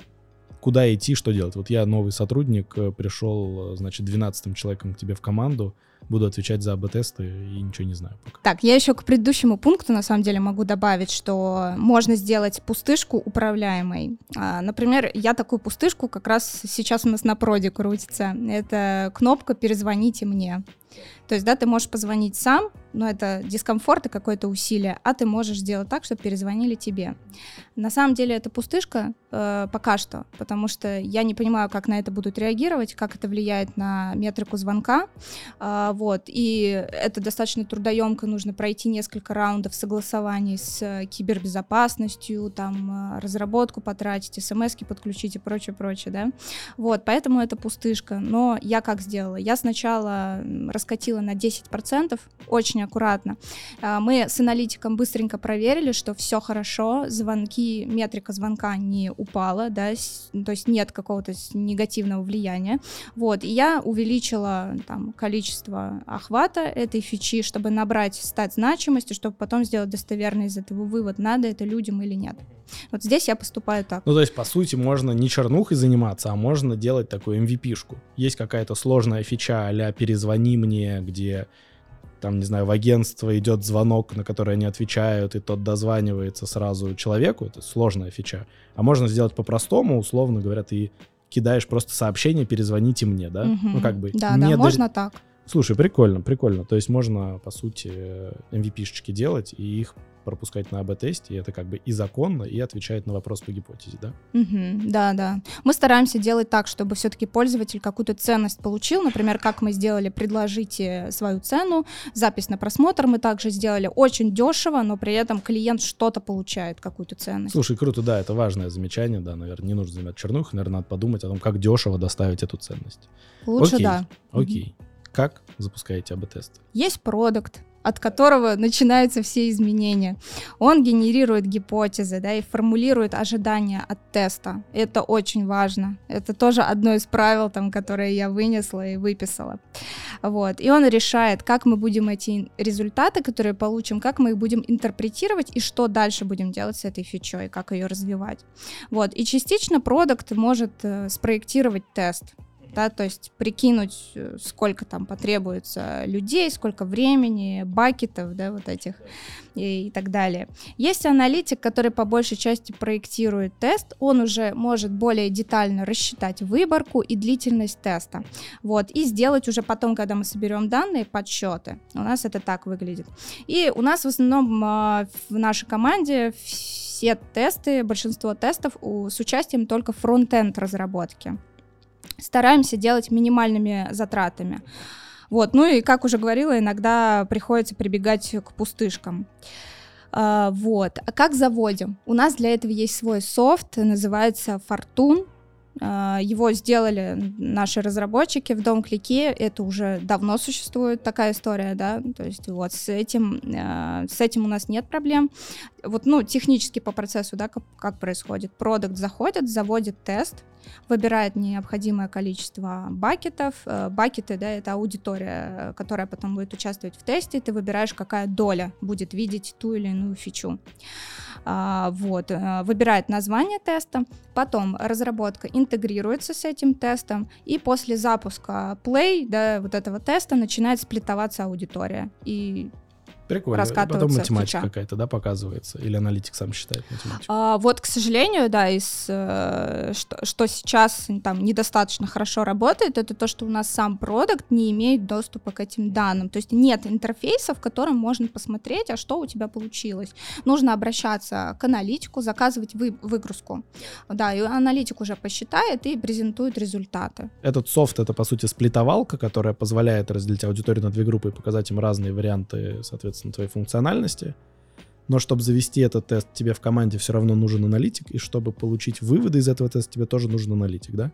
куда идти, что делать? Вот я новый сотрудник, пришел, значит, 12-м человеком к тебе в команду, буду отвечать за АБ-тесты и ничего не знаю пока. Так, я еще к предыдущему пункту, на самом деле, могу добавить, что можно сделать пустышку управляемой. Например, я такую пустышку как раз сейчас у нас на проде крутится. Это кнопка «Перезвоните мне». То есть, да, ты можешь позвонить сам, но это дискомфорт и какое-то усилие, а ты можешь сделать так, чтобы перезвонили тебе. На самом деле это пустышка пока что, потому что я не понимаю, как на это будут реагировать, как это влияет на метрику звонка. Вот, и это достаточно трудоемко, нужно пройти несколько раундов согласований с кибербезопасностью, там, разработку потратить, смс-ки подключить и прочее, да. Вот, поэтому это пустышка. Но я как сделала? Я сначала раскатила на 10%, очень аккуратно. Мы с аналитиком быстренько проверили, что все хорошо, звонки, метрика звонка не упала, да, то есть нет какого-то негативного влияния. Вот, и я увеличила там количество охвата этой фичи, чтобы набрать стать значимостью, чтобы потом сделать достоверный из этого вывод, надо это людям или нет. Вот здесь я поступаю так. Ну, то есть, по сути, можно не чернухой заниматься, а можно делать такую MVP-шку. Есть какая-то сложная фича а-ля «перезвони мне», где там, не знаю, в агентство идет звонок, на который они отвечают, и тот дозванивается сразу человеку, это сложная фича. А можно сделать по-простому, условно говоря, ты кидаешь просто сообщение, перезвоните мне, да? Ну, как бы... Да, можно так. Слушай, прикольно. То есть можно, по сути, MVP-шечки делать и их пропускать на АБ-тесте, и это как бы и законно, и отвечает на вопрос по гипотезе, да? Да. Мы стараемся делать так, чтобы все-таки пользователь какую-то ценность получил. Например, как мы сделали «Предложите свою цену», запись на просмотр мы также сделали очень дешево, но при этом клиент что-то получает, какую-то ценность. Слушай, круто, да, это важное замечание, да, наверное, не нужно занимать чернуху, наверное, надо подумать о том, как дешево доставить эту ценность. Лучше, окей, да. Окей. Как запускаете АБ-тест? Есть продукт, от которого начинаются все изменения. Он генерирует гипотезы, да, и формулирует ожидания от теста. Это очень важно. Это тоже одно из правил, там, которые я вынесла и выписала. Вот. И он решает, как мы будем эти результаты, которые получим, как мы их будем интерпретировать и что дальше будем делать с этой фичой, как ее развивать. Вот. И частично продукт может спроектировать тест. Да, то есть прикинуть, сколько там потребуется людей, сколько времени, бакетов, да, вот этих и так далее. Есть аналитик, который по большей части проектирует тест, он уже может более детально рассчитать выборку и длительность теста, вот, и сделать уже потом, когда мы соберем данные, подсчеты. У нас это так выглядит. И у нас в основном в нашей команде все тесты, большинство тестов с участием только фронт-энд разработки. Стараемся делать минимальными затратами. Вот. Ну и, как уже говорила, иногда приходится прибегать к пустышкам. Вот. А как заводим? У нас для этого есть свой софт, называется Fortune. Его сделали наши разработчики в DomClick, это уже давно существует такая история, да, то есть вот с этим у нас нет проблем. Вот, ну, технически по процессу, да, как происходит. Продукт заходит, заводит тест, выбирает необходимое количество бакетов. Бакеты, да, это аудитория, которая потом будет участвовать в тесте, ты выбираешь, какая доля будет видеть ту или иную фичу. Вот, выбирает название теста, потом разработка интегрируется с этим тестом, и после запуска play, да, вот этого теста начинает сплитоваться аудитория, и прикольно. Потом математика какая-то, да, показывается? Или аналитик сам считает математику? Вот, к сожалению, да, что сейчас там недостаточно хорошо работает, это то, что у нас сам продукт не имеет доступа к этим данным. То есть нет интерфейса, в котором можно посмотреть, а что у тебя получилось. Нужно обращаться к аналитику, заказывать выгрузку. Да, и аналитик уже посчитает и презентует результаты. Этот софт — это, по сути, сплитовалка, которая позволяет разделить аудиторию на две группы и показать им разные варианты, соответственно, твоей функциональности, но чтобы завести этот тест, тебе в команде все равно нужен аналитик, и чтобы получить выводы из этого теста, тебе тоже нужен аналитик, да?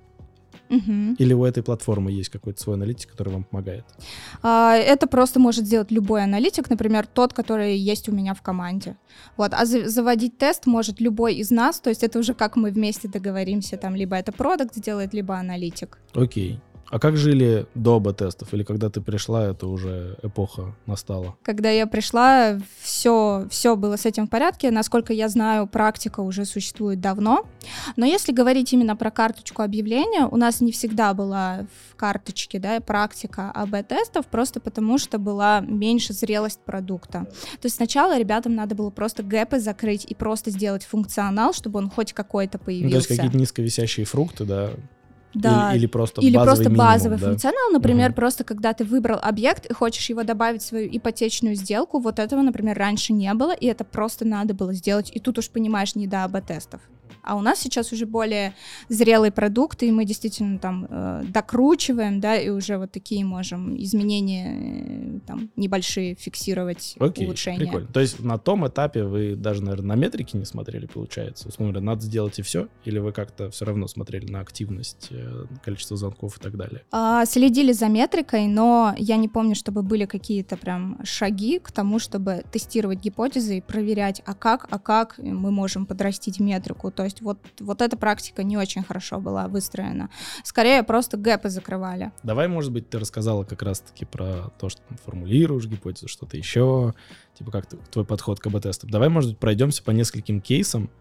Или у этой платформы есть какой-то свой аналитик, который вам помогает? Это просто может сделать любой аналитик, например, тот, который есть у меня в команде. Вот. А заводить тест может любой из нас, то есть это уже как мы вместе договоримся, там либо это продукт сделает, либо аналитик. Окей. А как жили до АБ-тестов? Или когда ты пришла, это уже эпоха настала? Когда я пришла, все было с этим в порядке. Насколько я знаю, практика уже существует давно. Но если говорить именно про карточку объявления, у нас не всегда была в карточке, да, практика АБ-тестов, просто потому что была меньше зрелость продукта. То есть сначала ребятам надо было просто гэпы закрыть и просто сделать функционал, чтобы он хоть какой-то появился. То есть какие-то низковисящие фрукты, да? Да. Или просто базовый да? функционал, например, просто когда ты выбрал объект и хочешь его добавить в свою ипотечную сделку, вот этого, например, раньше не было, и это просто надо было сделать, и тут уж понимаешь, не до АБ-тестов. А у нас сейчас уже более зрелый продукт, и мы действительно там докручиваем, да, и уже вот такие можем изменения там небольшие фиксировать, улучшения. Прикольно. То есть на том этапе вы даже, наверное, на метрики не смотрели, получается? Условно говоря, надо сделать и все? Или вы как-то все равно смотрели на активность, количество звонков и так далее? Следили за метрикой, но я не помню, чтобы были какие-то прям шаги к тому, чтобы тестировать гипотезы и проверять, а как мы можем подрастить метрику. То есть вот эта практика не очень хорошо была выстроена. Скорее, просто гэпы закрывали. Давай, может быть, ты рассказала как раз-таки про то, что ты формулируешь гипотезу, что-то еще, типа как твой подход к АБ-тестам. Давай, может быть, пройдемся по нескольким кейсам,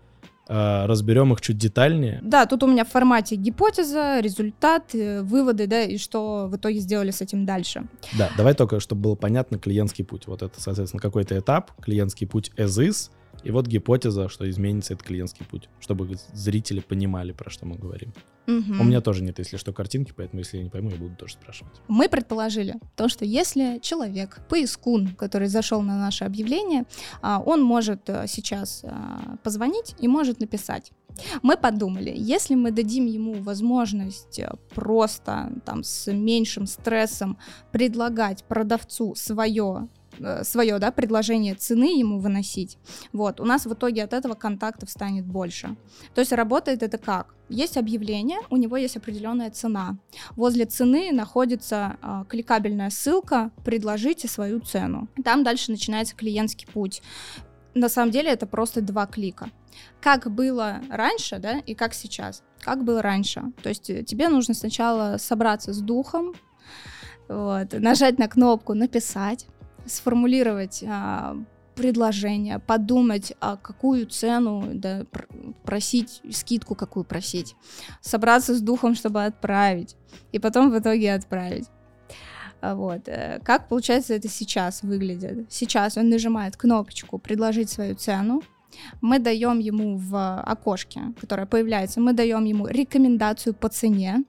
разберем их чуть детальнее. Да, тут у меня в формате гипотеза, результат, выводы, да, и что в итоге сделали с этим дальше. Да, давай только, чтобы было понятно, клиентский путь. Вот это, соответственно, какой-то этап, клиентский путь as is, и вот гипотеза, что изменится этот клиентский путь, чтобы зрители понимали, про что мы говорим. У меня тоже нет, если что, картинки, поэтому если я не пойму, я буду тоже спрашивать. Мы предположили то, что если человек, поискун, который зашел на наше объявление, он может сейчас позвонить и может написать. Мы подумали, если мы дадим ему возможность просто там с меньшим стрессом предлагать продавцу свое, да, предложение цены ему выносить, вот, у нас в итоге от этого контактов станет больше. То есть работает это как? Есть объявление, у него есть определенная цена. Возле цены находится кликабельная ссылка «Предложите свою цену». Там дальше начинается клиентский путь. На самом деле это просто 2 клика. Как было раньше, да, и как сейчас. Как было раньше. То есть тебе нужно сначала собраться с духом, вот, нажать на кнопку «Написать», сформулировать предложение, подумать, какую цену, да, просить, скидку какую просить, собраться с духом, чтобы отправить, и потом в итоге отправить. Вот. Как, получается, это сейчас выглядит? Сейчас он нажимает кнопочку «Предложить свою цену», мы даем ему в окошке, которое появляется, мы даем ему рекомендацию по цене,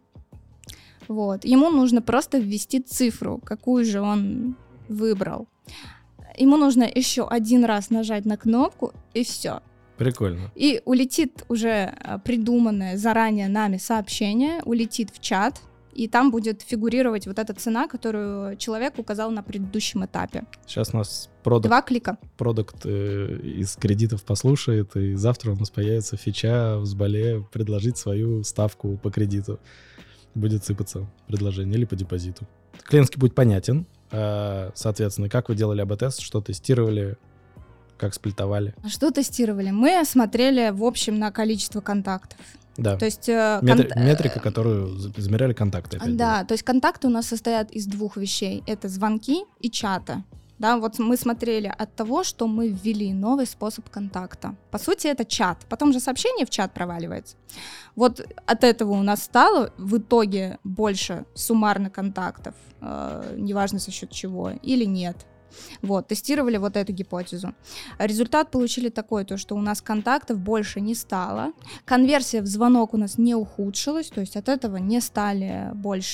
вот. Ему нужно просто ввести цифру, какую же он выбрал. Ему нужно еще 1 раз нажать на кнопку, и все. Прикольно. И улетит уже придуманное заранее нами сообщение, улетит в чат, и там будет фигурировать вот эта цена, которую человек указал на предыдущем этапе. Сейчас у нас 2 клика. Продукт из кредитов послушает, и завтра у нас появится фича в Сболе предложить свою ставку по кредиту. Будет сыпаться предложение или по депозиту. Клиентский путь понятен. Соответственно, как вы делали АБ-тест, что тестировали, как сплитовали? Что тестировали? Мы смотрели, в общем, на количество контактов. Да. То есть метрика, которую измеряли контакты. Да, то есть контакты у нас состоят из 2 вещей. Это звонки и чаты. Да, вот мы смотрели от того, что мы ввели новый способ контакта. По сути, это чат. Потом же сообщение в чат проваливается. Вот от этого у нас стало в итоге больше суммарно контактов, неважно за счет чего, или нет. Вот, тестировали вот эту гипотезу. Результат получили такой, то, что у нас контактов больше не стало, конверсия в звонок у нас не ухудшилась, то есть от этого не стали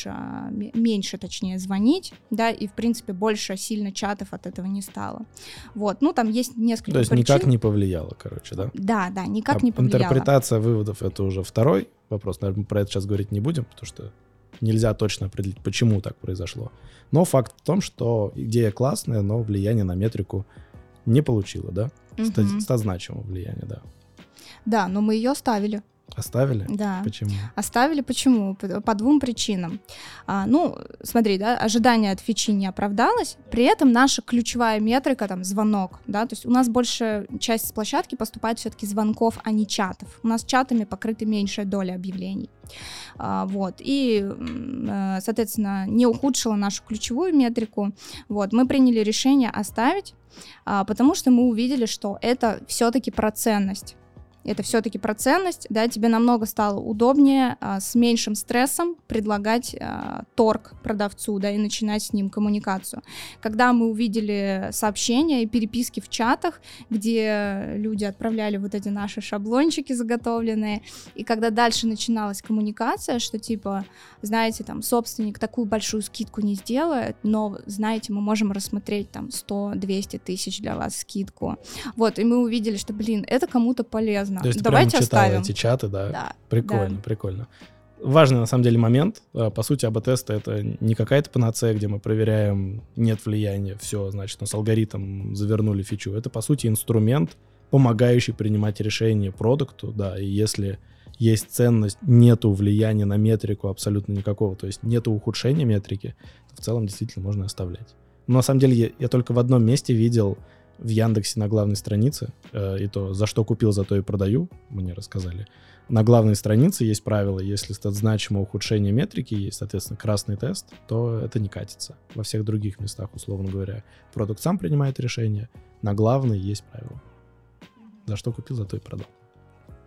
меньше точнее звонить, да, и в принципе больше сильно чатов от этого не стало. Вот, ну там есть несколько причин. То есть никак не повлияло, короче, да? Да, никак не повлияло. Интерпретация выводов — это уже второй вопрос, наверное, про это сейчас говорить не будем, потому что нельзя точно определить, почему так произошло. Но факт в том, что идея классная, но влияние на метрику не получила, да? Значимого влияния, да. Да, но мы ее оставили. Оставили? Да. Почему? Оставили почему? По 2 причинам. Смотри, да, ожидание от фичи не оправдалось, при этом наша ключевая метрика, там, звонок, да, то есть у нас большая часть с площадки поступает все-таки звонков, а не чатов. У нас чатами покрыта меньшая доля объявлений. Вот, и, соответственно, не ухудшила нашу ключевую метрику. Вот, мы приняли решение оставить, потому что мы увидели, что это все-таки про ценность. Это все-таки про ценность, да, тебе намного стало удобнее с меньшим стрессом предлагать торг продавцу, да, и начинать с ним коммуникацию. Когда мы увидели сообщения и переписки в чатах, где люди отправляли вот эти наши шаблончики заготовленные, и когда дальше начиналась коммуникация, что типа, знаете, там, собственник такую большую скидку не сделает, но, знаете, мы можем рассмотреть там 100-200 тысяч для вас скидку. Вот, и мы увидели, что, это кому-то полезно. То есть давайте прямо читала оставим эти чаты, да? Да. Прикольно, да. Прикольно. Важный, на самом деле, момент. По сути, АБ-тесты — это не какая-то панацея, где мы проверяем, нет влияния, все, значит, у нас алгоритм завернули фичу. Это, по сути, инструмент, помогающий принимать решения продукту, да, и если есть ценность, нету влияния на метрику абсолютно никакого, то есть нету ухудшения метрики, то в целом действительно можно оставлять. Но на самом деле я только в одном месте видел в Яндексе на главной странице, и то, за что купил, за то и продаю, мне рассказали. На главной странице есть правило, если значимое ухудшение метрики, есть, соответственно, красный тест, то это не катится. Во всех других местах, условно говоря, продукт сам принимает решение, на главной есть правило. За что купил, за то и продал.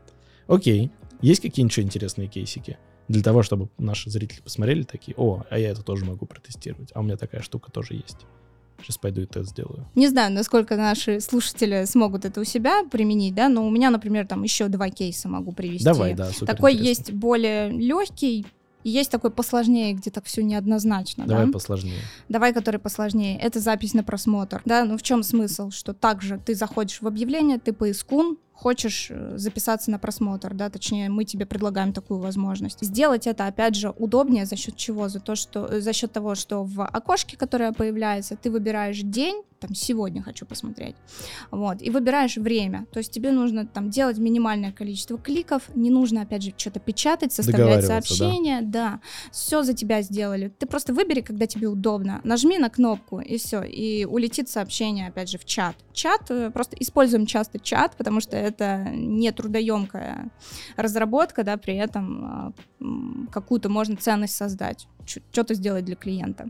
Окей. Есть какие-нибудь еще интересные кейсики? Для того, чтобы наши зрители посмотрели такие, а я это тоже могу протестировать, а у меня такая штука тоже есть. Сейчас пойду и тест сделаю. Не знаю, насколько наши слушатели смогут это у себя применить, да, но у меня, например, там еще 2 кейса могу привести. Давай, да, супер Такой интересно. есть более легкий, и есть такой посложнее, где так все неоднозначно. Давай да? посложнее. Давай, который посложнее. Это запись на просмотр. Да, ну в чем смысл? Что также ты заходишь в объявление, ты поискун, хочешь записаться на просмотр, да, точнее, мы тебе предлагаем такую возможность. Сделать это, опять же, удобнее за счет чего? За счет того, что в окошке, которое появляется, ты выбираешь день, там, сегодня хочу посмотреть, вот, и выбираешь время, то есть тебе нужно там делать минимальное количество кликов, не нужно, опять же, что-то печатать, составлять сообщения, да, все за тебя сделали, ты просто выбери, когда тебе удобно, нажми на кнопку, и все, и улетит сообщение, опять же, в чат. Просто используем часто чат, потому что это не трудоемкая разработка, да, при этом какую-то можно ценность создать, что-то сделать для клиента.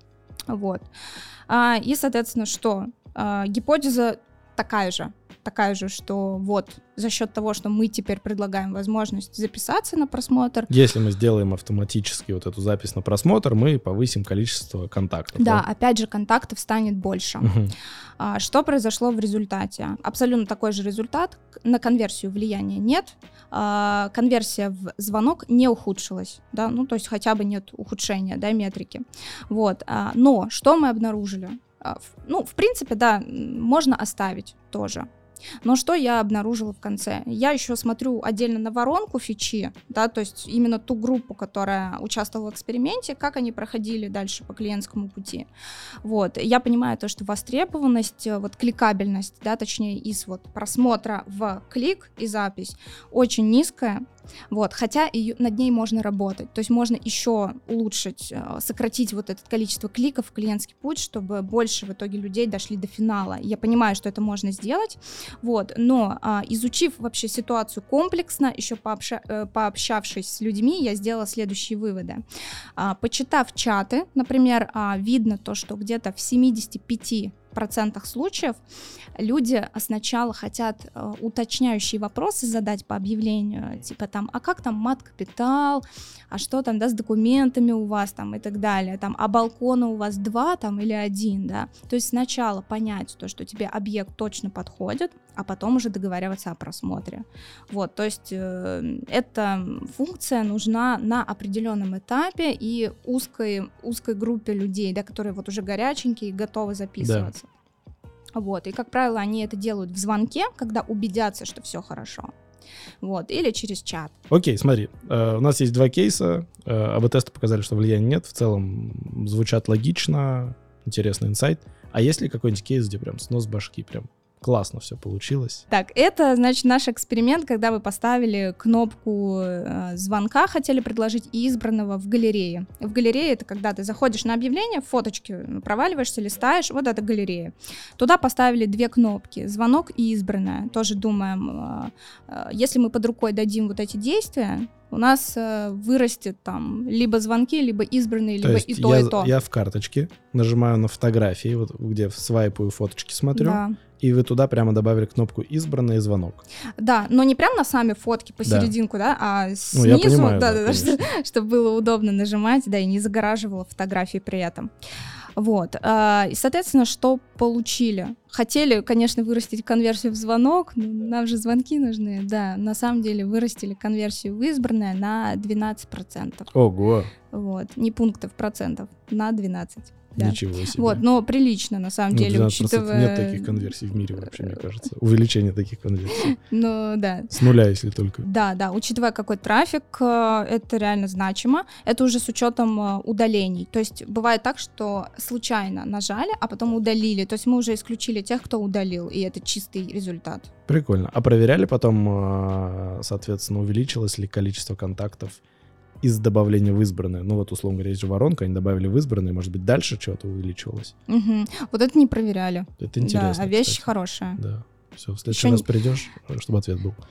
Вот. И, соответственно, что? Гипотеза такая же, что вот за счет того, что мы теперь предлагаем возможность записаться на просмотр. Если мы сделаем автоматически вот эту запись на просмотр, мы повысим количество контактов. Да, опять же, контактов станет больше. Угу. Что произошло в результате? Абсолютно такой же результат. На конверсию влияния нет. Конверсия в звонок не ухудшилась. Да? Ну, то есть хотя бы нет ухудшения, да, метрики. Вот. Но что мы обнаружили? Ну, в принципе, да, можно оставить тоже. Но что я обнаружила в конце? Я еще смотрю отдельно на воронку фичи, да, то есть именно ту группу, которая участвовала в эксперименте, как они проходили дальше по клиентскому пути. Вот. Я понимаю то, что востребованность, вот кликабельность, да, точнее из вот просмотра в клик и запись очень низкая. Вот, хотя над ней можно работать, то есть можно еще улучшить, сократить вот это количество кликов в клиентский путь, чтобы больше в итоге людей дошли до финала. Я понимаю, что это можно сделать, вот, но изучив вообще ситуацию комплексно, еще пообщавшись с людьми, я сделала следующие выводы. Почитав чаты, например, видно то, что где-то в 75% случаев люди сначала хотят уточняющие вопросы задать по объявлению, типа там, а как там мат-капитал, а что там, да, с документами у вас там и так далее, там, а балкона у вас 2 там или 1, да, то есть сначала понять то, что тебе объект точно подходит, а потом уже договариваться о просмотре, вот, то есть эта функция нужна на определенном этапе и узкой группе людей, да, которые вот уже горяченькие и готовы записываться. Да. Вот, и, как правило, они это делают в звонке, когда убедятся, что все хорошо. Вот, или через чат. Окей, смотри, у нас есть 2 кейса, АБ-тесты показали, что влияния нет, в целом звучат логично, интересный инсайт. А есть ли какой-нибудь кейс, где прям снос башки, прям классно все получилось? Так, это, значит, наш эксперимент, когда мы поставили кнопку звонка, хотели предложить и избранного в галерее. В галерее это когда ты заходишь на объявление, фоточки проваливаешься, листаешь, вот это галерея. Туда поставили 2 кнопки, звонок и избранное. Тоже думаем, если мы под рукой дадим вот эти действия, у нас вырастет там либо звонки, либо избранные, либо и то, и то. Я в карточке нажимаю на фотографии, вот где свайпаю фоточки, смотрю, да. И вы туда прямо добавили кнопку «Избранный» и «Звонок». Да, но не прям на сами фотки посерединку, да, а снизу, я понимаю, да, чтобы было удобно нажимать, да, и не загораживало фотографии при этом. Вот, и, соответственно, что получили? Хотели, конечно, вырастить конверсию в звонок, но нам же звонки нужны, да, на самом деле вырастили конверсию в избранное на 12%. Ого! Вот, не пунктов, процентов, на 12%. Да. Ничего себе. Вот, но прилично, на самом деле, учитывая... Нет таких конверсий в мире вообще, мне кажется. Увеличение таких конверсий. Ну, да. С нуля, если только. Да, учитывая какой трафик, это реально значимо. Это уже с учетом удалений. То есть бывает так, что случайно нажали, а потом удалили. То есть мы уже исключили тех, кто удалил, и это чистый результат. Прикольно. А проверяли потом, соответственно, увеличилось ли количество контактов из добавления в избранное? Ну вот, условно говоря, есть же воронка, они добавили в избранное, может быть, дальше что-то увеличивалось? Угу. Вот это не проверяли. Это интересно. Да, а вещь кстати. Хорошая. Да. Все, в следующий раз придешь, чтобы ответ был.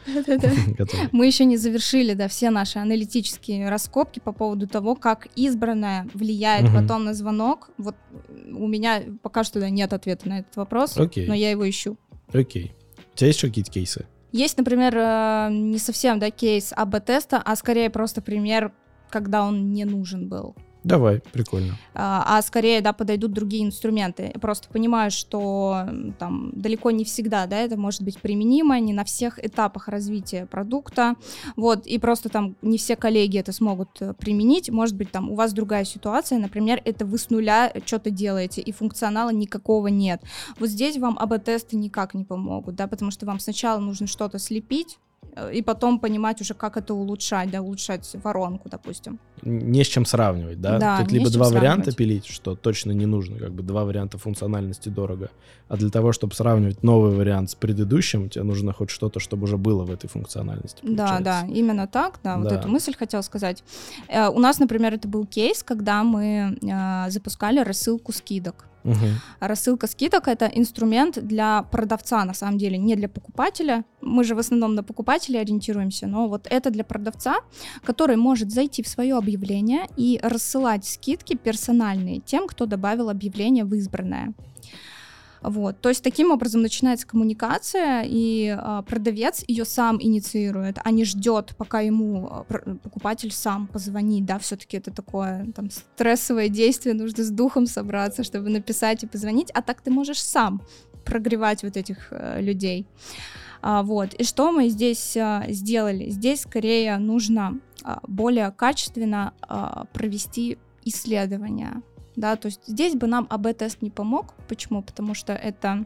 Мы еще не завершили, да, все наши аналитические раскопки по поводу того, как избранное влияет потом на звонок. Вот у меня пока что нет ответа на этот вопрос, но я его ищу. Окей. У тебя есть еще какие-то кейсы? Есть, например, не совсем, да, кейс АБ-теста, а скорее просто пример, когда он не нужен был. Давай, прикольно. А скорее, да, подойдут другие инструменты. Я просто понимаю, что там далеко не всегда, да, это может быть применимо, не на всех этапах развития продукта, вот, и просто там не все коллеги это смогут применить, может быть, там у вас другая ситуация, например, это вы с нуля что-то делаете, и функционала никакого нет. Вот здесь вам АБ-тесты никак не помогут, да, потому что вам сначала нужно что-то слепить, и потом понимать уже, как это улучшать, да, улучшать воронку, допустим. Не с чем сравнивать, да? Да, Тут либо два варианта пилить, что точно не нужно, как бы два варианта функциональности дорого, а для того, чтобы сравнивать новый вариант с предыдущим, тебе нужно хоть что-то, чтобы уже было в этой функциональности. Да, да, именно так, да, вот Да. эту мысль хотела сказать. У нас, например, это был кейс, когда мы запускали рассылку скидок. Угу. Рассылка скидок — это инструмент для продавца, на самом деле, не для покупателя. Мы же в основном на покупателя ориентируемся, но вот это для продавца, который может зайти в свое объявление и рассылать скидки персональные тем, кто добавил объявление в избранное. Вот. То есть таким образом начинается коммуникация, и продавец ее сам инициирует, а не ждет, пока ему покупатель сам позвонит, да, все-таки это такое там стрессовое действие, нужно с духом собраться, чтобы написать и позвонить, а так ты можешь сам прогревать вот этих людей. Вот. И что мы здесь сделали? Здесь скорее нужно более качественно провести исследования. Да, то есть здесь бы нам АБ-тест не помог. Почему? Потому что это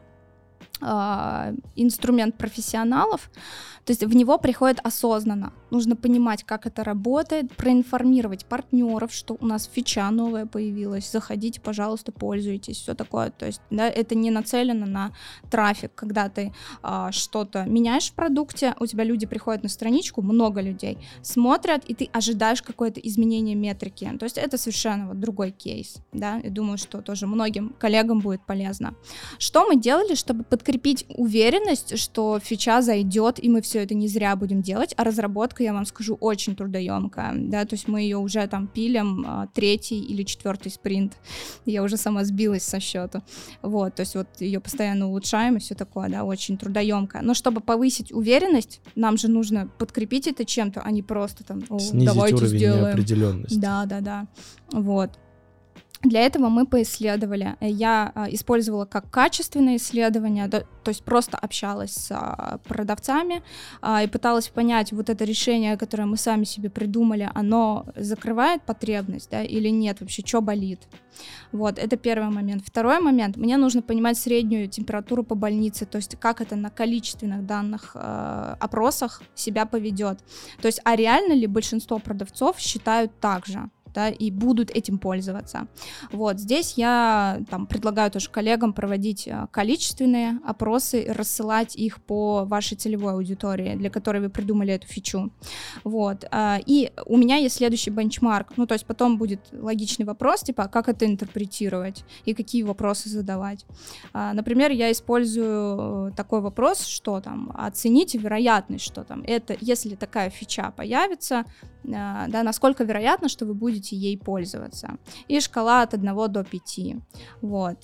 инструмент профессионалов, то есть в него приходит осознанно. Нужно понимать, как это работает, проинформировать партнеров, что у нас фича новая появилась, заходите, пожалуйста, пользуйтесь, все такое. То есть, да, это не нацелено на трафик, когда ты что-то меняешь в продукте, у тебя люди приходят на страничку, много людей, смотрят, и ты ожидаешь какое-то изменение метрики. То есть это совершенно вот другой кейс, да, я думаю, что тоже многим коллегам будет полезно. Что мы делали, чтобы подкрепить уверенность, что фича зайдет, и мы все это не зря будем делать, а разработка, я вам скажу, очень трудоемкая, да, то есть мы ее уже там пилим 3-й или 4-й спринт, я уже сама сбилась со счета, вот, то есть вот ее постоянно улучшаем и все такое, да, очень трудоемкая, но чтобы повысить уверенность, нам же нужно подкрепить это чем-то, а не просто там, снизить давайте уровень сделаем. неопределенности. Да, вот. Для этого мы поисследовали. Я использовала как качественное исследование, то есть просто общалась с продавцами и пыталась понять, вот это решение, которое мы сами себе придумали, оно закрывает потребность, да, или нет, вообще, что болит. Вот, это первый момент. Второй момент, мне нужно понимать среднюю температуру по больнице, то есть как это на количественных данных опросах себя поведет. То есть, а реально ли большинство продавцов считают так же? Да, и будут этим пользоваться. Вот, здесь я там предлагаю тоже коллегам проводить количественные опросы, рассылать их по вашей целевой аудитории, для которой вы придумали эту фичу. Вот, и у меня есть следующий бенчмарк, ну, то есть потом будет логичный вопрос, типа, как это интерпретировать и какие вопросы задавать. Например, я использую такой вопрос, что там, оцените вероятность, что там, это, если такая фича появится, да, насколько вероятно, что вы будете ей пользоваться. И шкала от 1 до 5. Вот.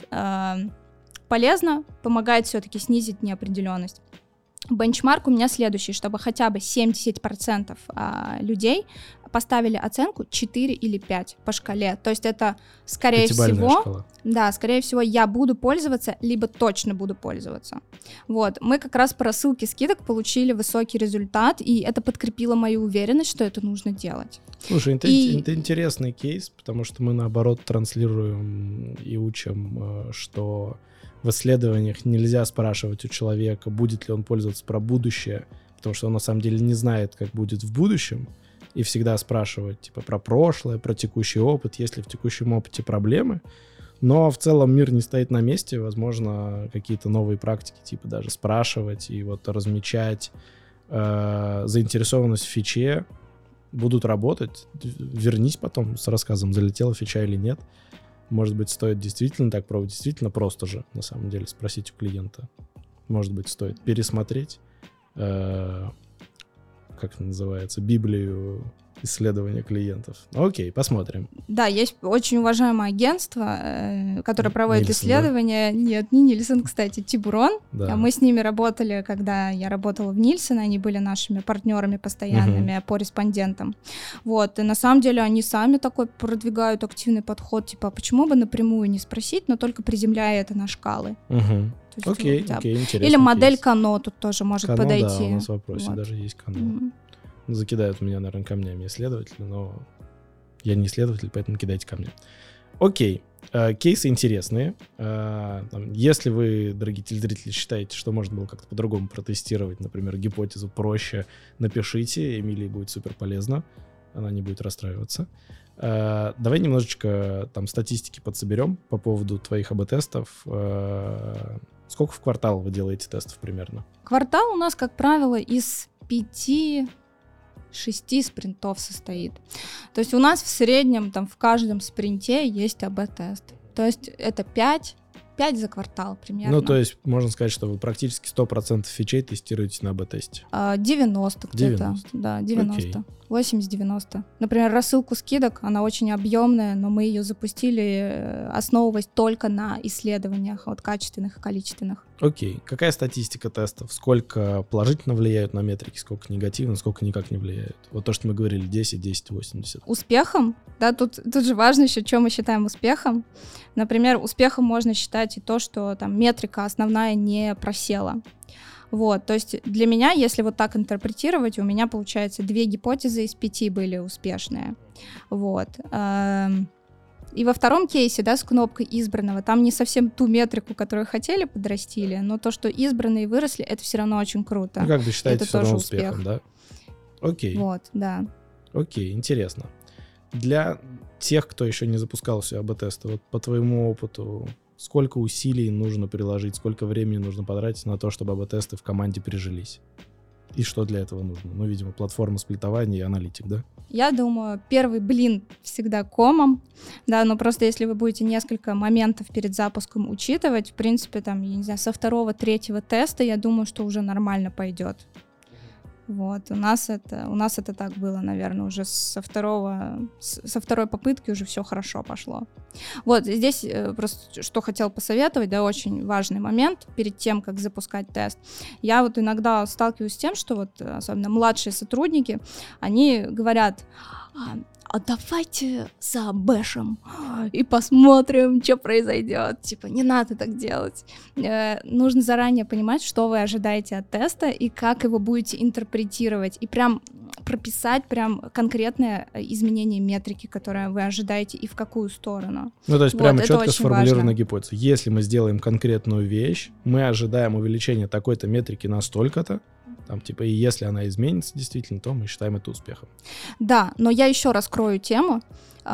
Полезно, помогает все-таки снизить неопределенность. Бенчмарк у меня следующий, чтобы хотя бы 70% людей поставили оценку 4 или 5 по шкале. То есть это, скорее всего, шкала. Да, скорее всего, я буду пользоваться, либо точно буду пользоваться. Вот, мы как раз по рассылке скидок получили высокий результат, и это подкрепило мою уверенность, что это нужно делать. Слушай, это интересный кейс, потому что мы, наоборот, транслируем и учим, что в исследованиях нельзя спрашивать у человека, будет ли он пользоваться про будущее, потому что он на самом деле не знает, как будет в будущем, и всегда спрашивать типа про прошлое, про текущий опыт, есть ли в текущем опыте проблемы. Но в целом мир не стоит на месте, возможно, какие-то новые практики, типа даже спрашивать и вот размечать заинтересованность в фиче будут работать. Вернись потом с рассказом, залетела фича или нет. Может быть, стоит действительно так пробовать, действительно просто же, на самом деле, спросить у клиента. Может быть, стоит пересмотреть, как это называется, Библию исследования клиентов. Окей, посмотрим. Да, есть очень уважаемое агентство, которое проводит Нильсон, исследования. Да? Нет, не Нильсон, кстати, Тибурон. Да. Мы с ними работали, когда я работала в Нильсон, они были нашими партнерами постоянными по респондентам. Вот, и на самом деле они сами такой продвигают активный подход, типа, а почему бы напрямую не спросить, но только приземляя это на шкалы. Окей, интересно. Или модель Кано тут тоже может Кано, подойти. Да, у нас в вопросе вот. даже есть Кано. Закидают меня, наверное, камнями исследователи, но я не исследователь, поэтому кидайте камни. Окей, кейсы интересные. Если вы, дорогие телезрители, считаете, что можно было как-то по-другому протестировать, например, гипотезу проще, напишите, Эмилии будет супер полезно, она не будет расстраиваться. Давай немножечко там статистики подсоберем по поводу твоих АБ-тестов. Сколько в квартал вы делаете тестов примерно? Квартал у нас, как правило, из 5-6 спринтов состоит. То есть у нас в среднем там в каждом спринте есть АБ-тест. То есть это 5 за квартал примерно. Ну, то есть можно сказать, что вы практически 100% фичей тестируете на АБ-тесте. 90 где-то. 90. Да, 90. Окей. 80-90. Например, рассылку скидок, она очень объемная, но мы ее запустили, основываясь только на исследованиях, вот качественных и количественных. Окей. Какая статистика тестов? Сколько положительно влияют на метрики, сколько негативно, сколько никак не влияют? Вот то, что мы говорили, 10, 10, 80. Успехом, да, тут же важно еще, что мы считаем успехом. Например, успехом можно считать и то, что там метрика основная не просела. Вот, то есть для меня, если вот так интерпретировать, у меня, получается, 2 гипотезы из 5 были успешные. Вот. И во втором кейсе, да, с кнопкой избранного, там не совсем ту метрику, которую хотели, подрастили, но то, что избранные выросли, это все равно очень круто. Ну, как бы считаете это все равно тоже успехом, успех. да? Окей. Вот, да. Окей, интересно. Для тех, кто еще не запускал все АБ-тесты, вот по твоему опыту, сколько усилий нужно приложить, сколько времени нужно потратить на то, чтобы АБ-тесты в команде прижились? И что для этого нужно? Ну, видимо, платформа сплитования и аналитик, да? Я думаю, первый блин всегда комом, да, но просто если вы будете несколько моментов перед запуском учитывать, в принципе, там, я не знаю, со 2-3 теста, я думаю, что уже нормально пойдет. Вот, у нас это так было, наверное, уже со второй попытки уже все хорошо пошло. Вот, здесь просто что хотел посоветовать, да, очень важный момент перед тем, как запускать тест. Я вот иногда сталкиваюсь с тем, что вот особенно младшие сотрудники, они говорят: а давайте забэшем и посмотрим, что произойдет. Типа, не надо так делать. Нужно заранее понимать, что вы ожидаете от теста и как его будете интерпретировать. И прям прописать прям конкретное изменение метрики, которое вы ожидаете, и в какую сторону. Ну, то есть вот, прямо четко сформулированная важно. гипотеза. Если мы сделаем конкретную вещь, мы ожидаем увеличения такой-то метрики на столько-то, там, типа, и если она изменится действительно, то мы считаем это успехом. Да, но я еще раскрою тему.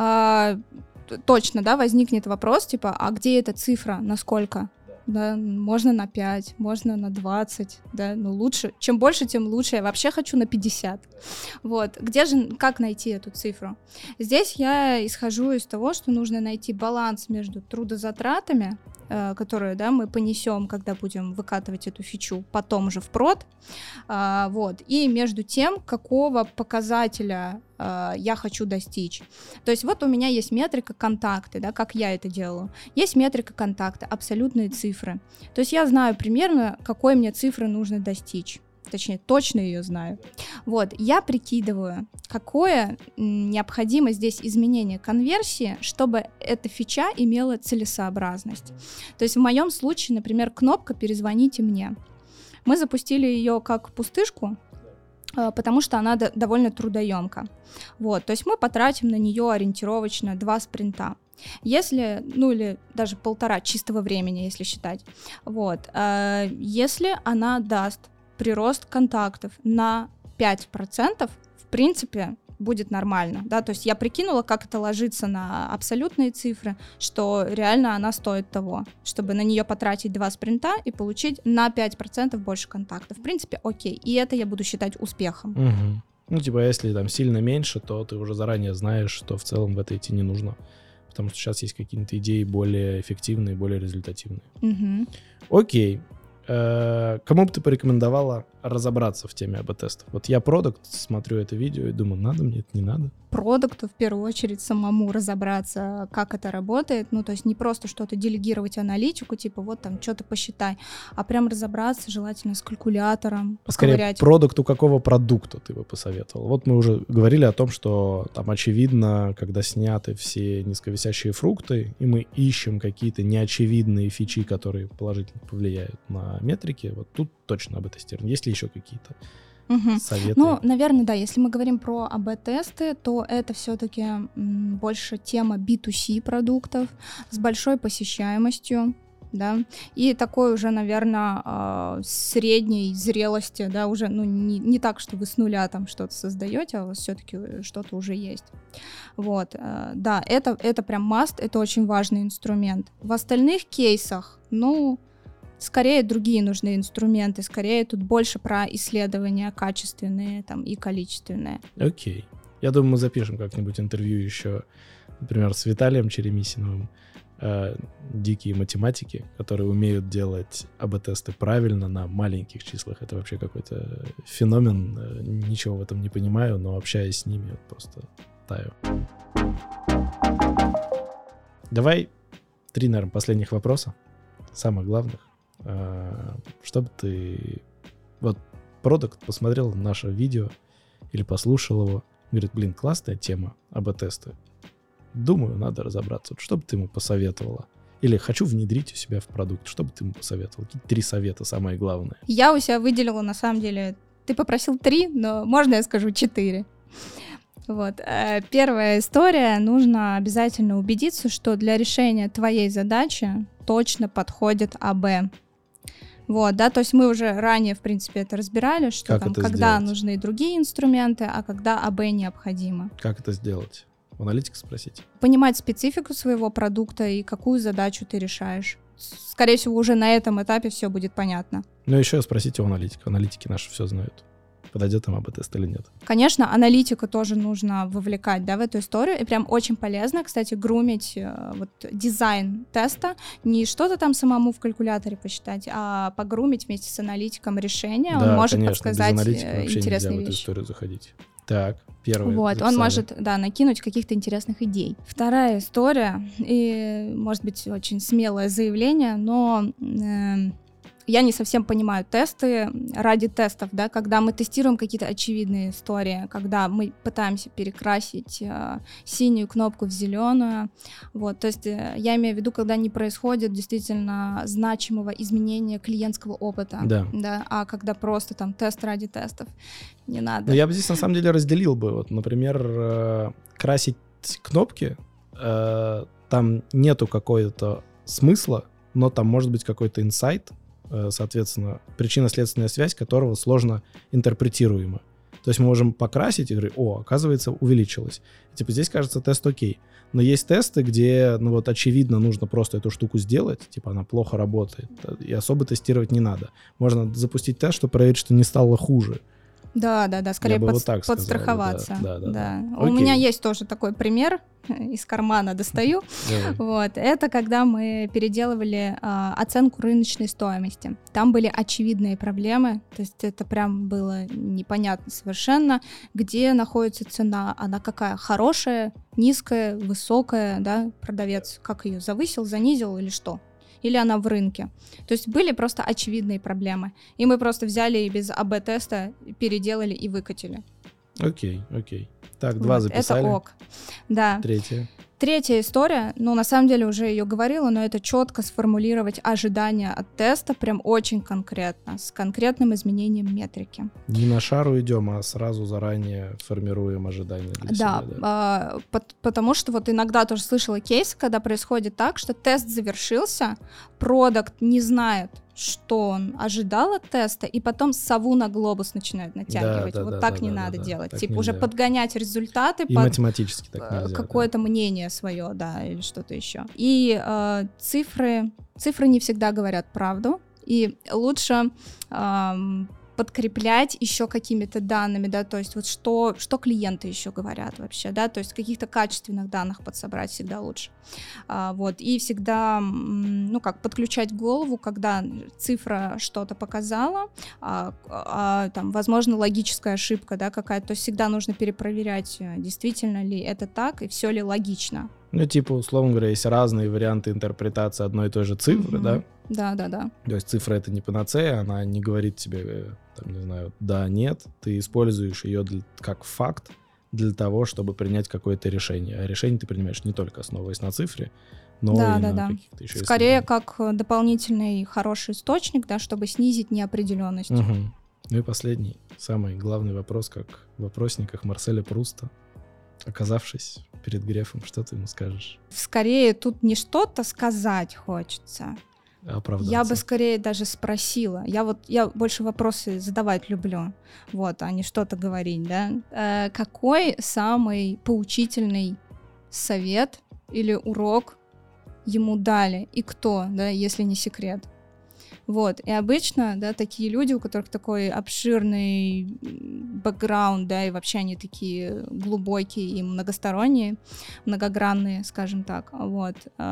Точно, да, возникнет вопрос, типа, а где эта цифра, на сколько? Да, можно на 5, можно на 20, да, ну лучше, чем больше, тем лучше, я вообще хочу на 50. Вот, где же, как найти эту цифру? Здесь я исхожу из того, что нужно найти баланс между трудозатратами, которые, да, мы понесем, когда будем выкатывать эту фичу потом же в прод, вот, и между тем, какого показателя я хочу достичь. То есть вот у меня есть метрика контакты, да, как я это делаю. Есть метрика контакта, абсолютные цифры. То есть я знаю примерно, какой мне цифры нужно достичь. Точнее, точно ее знаю. Вот, я прикидываю, какое необходимо здесь изменение конверсии, чтобы эта фича имела целесообразность. То есть в моем случае, например, кнопка «Перезвоните мне». Мы запустили ее как пустышку, потому что она довольно трудоемка. Вот, то есть мы потратим на нее ориентировочно 2 спринта. Если, ну или даже 1,5 чистого времени, если считать. Вот, если она даст прирост контактов на 5%, в принципе, будет нормально, да, то есть я прикинула, как это ложится на абсолютные цифры, что реально она стоит того, чтобы на нее потратить 2 спринта и получить на 5% больше контактов. В принципе, окей, и это я буду считать успехом. Угу. Ну, типа, если там сильно меньше, то ты уже заранее знаешь, что в целом в это идти не нужно, потому что сейчас есть какие-то идеи более эффективные, более результативные. Угу. Окей. Кому бы ты порекомендовала разобраться в теме АБ-тестов? Вот я продукт, смотрю это видео и думаю, надо мне это, не надо? Продукту в первую очередь самому разобраться, как это работает, ну, то есть не просто что-то делегировать аналитику, типа вот там что-то посчитай, а прям разобраться, желательно с калькулятором, Скорее, поковырять. продукту какого продукта ты бы посоветовал? Вот мы уже говорили о том, что там очевидно, когда сняты все низковисящие фрукты, и мы ищем какие-то неочевидные фичи, которые положительно повлияют на метрики, вот тут точно АБ-тестирование. Есть ли еще какие-то советы? Ну, наверное, да, если мы говорим про АБ-тесты, то это все-таки больше тема B2C продуктов с большой посещаемостью, да, и такой уже, наверное, средней зрелости, да, уже, ну, не так, что вы с нуля там что-то создаете, а у вас все-таки что-то уже есть. Вот, да, это прям must, это очень важный инструмент. В остальных кейсах, ну, скорее другие нужны инструменты, скорее тут больше про исследования качественные там, и количественные. Окей. Я думаю, мы запишем как-нибудь интервью еще, например, с Виталием Черемисиновым, дикие математики, которые умеют делать АБ-тесты правильно на маленьких числах. Это вообще какой-то феномен. Ничего в этом не понимаю, но общаясь с ними, просто таю. Давай 3, наверное, последних вопроса, самых главных. Чтобы ты вот продукт посмотрел наше видео или послушал его, говорит, блин, классная тема АБ-тесты. Думаю, надо разобраться. Вот что бы ты ему посоветовала? Или хочу внедрить у себя в продукт. Что бы ты ему посоветовала? Какие 3 совета, самое главное? Я у себя выделила, на самом деле, ты попросил 3, но можно я скажу 4? Вот. Первая история. Нужно обязательно убедиться, что для решения твоей задачи точно подходит АБ. Вот, да, то есть мы уже ранее, в принципе, это разбирали, что там, когда нужны другие инструменты, а когда АБ необходимо. Как это сделать? У аналитика спросите. Понимать специфику своего продукта и какую задачу ты решаешь. Скорее всего, уже на этом этапе все будет понятно. Ну, еще спросите у аналитика. Аналитики наши все знают. Подойдет им АБ-тест или нет. Конечно, аналитику тоже нужно вовлекать, да, в эту историю. И прям очень полезно, кстати, грумить вот дизайн теста. Не что-то там самому в калькуляторе посчитать, а погрумить вместе с аналитиком решение. Да, Он может конечно, подсказать без аналитика вообще интересные нельзя в эту вещи. историю заходить. Так, первый. Вот, он может, да, накинуть каких-то интересных идей. Вторая история, и, может быть, очень смелое заявление, но я не совсем понимаю тесты ради тестов, да, когда мы тестируем какие-то очевидные истории, когда мы пытаемся перекрасить синюю кнопку в зеленую, вот, то есть я имею в виду, когда не происходит действительно значимого изменения клиентского опыта, да, а когда просто там тест ради тестов, не надо. Но я бы здесь на самом деле разделил бы, вот, например, красить кнопки, там нету какого-то смысла, но там может быть какой-то инсайт, соответственно, причинно-следственная связь которого сложно интерпретируема. То есть мы можем покрасить и говорить, о, оказывается, увеличилось. Типа здесь, кажется, тест окей. Но есть тесты, где, ну вот, очевидно, нужно просто эту штуку сделать, типа она плохо работает, и особо тестировать не надо. Можно запустить тест, чтобы проверить, что не стало хуже. Да, скорее вот подстраховаться. Да. У меня есть тоже такой пример, из кармана достаю. Вот. Это когда мы переделывали оценку рыночной стоимости. Там были очевидные проблемы, то есть это прям было непонятно совершенно, где находится цена, она какая, хорошая, низкая, высокая, да, продавец, как ее завысил, занизил или что? Или она в рынке. То есть были просто очевидные проблемы. И мы просто взяли и без АБ-теста переделали и выкатили. Окей. Так, 2 записали. Это ок. Да. Третья история, ну, на самом деле уже ее говорила, но это четко сформулировать ожидания от теста прям очень конкретно, с конкретным изменением метрики. Не на шару идем, а сразу заранее формируем ожидания для себя. Да, потому что вот иногда тоже слышала кейс, когда происходит так, что тест завершился, продакт не знает, что он ожидал от теста, и потом сову на глобус начинают натягивать. Так не надо делать. Типа уже подгонять результаты и под математически так нельзя, какое-то мнение свое, да, или что-то еще. И цифры не всегда говорят правду, и лучше подкреплять еще какими-то данными, да, то есть вот что клиенты еще говорят вообще, да, то есть каких-то качественных данных подсобрать всегда лучше. Вот, и всегда, ну, как подключать голову, когда цифра что-то показала, там, возможно, логическая ошибка, да, какая-то, то есть всегда нужно перепроверять, действительно ли это так и все ли логично. Ну, типа, условно говоря, есть разные варианты интерпретации одной и той же цифры, да? Да. То есть цифра — это не панацея, она не говорит тебе, там, не знаю, да, нет. Ты используешь ее как факт для того, чтобы принять какое-то решение. А решение ты принимаешь не только основываясь на цифре, но и на каких-то еще скорее как дополнительный хороший источник, да, чтобы снизить неопределенность. Ну и последний, самый главный вопрос, как в вопросниках Марселя Пруста. Оказавшись перед Грефом, что ты ему скажешь? Скорее тут не что-то сказать хочется. Оправдаться. Я бы скорее даже спросила. Я больше вопросы задавать люблю, вот, а не что-то говорить, да. Какой самый поучительный совет или урок ему дали и кто, да, если не секрет? Вот, и обычно, да, такие люди, у которых такой обширный бэкграунд, да, и вообще они такие глубокие и многосторонние, многогранные, скажем так, вот,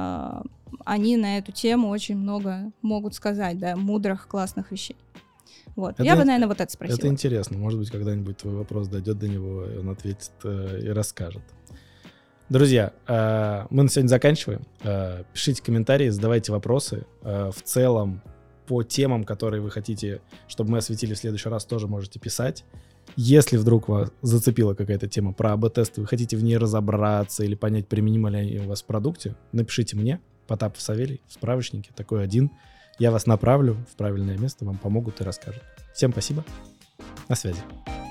они на эту тему очень много могут сказать, да, мудрых, классных вещей. Вот, я бы, наверное, вот это спросила. Это интересно, может быть, когда-нибудь твой вопрос дойдет до него, и он ответит и расскажет. Друзья, мы на сегодня заканчиваем. Пишите комментарии, задавайте вопросы. В целом, по темам, которые вы хотите, чтобы мы осветили в следующий раз, тоже можете писать. Если вдруг вас зацепила какая-то тема про АБ-тесты, вы хотите в ней разобраться или понять, применимо ли они у вас в продукте, напишите мне, Потапов Савелий, в справочнике, такой один. Я вас направлю в правильное место, вам помогут и расскажут. Всем спасибо. На связи.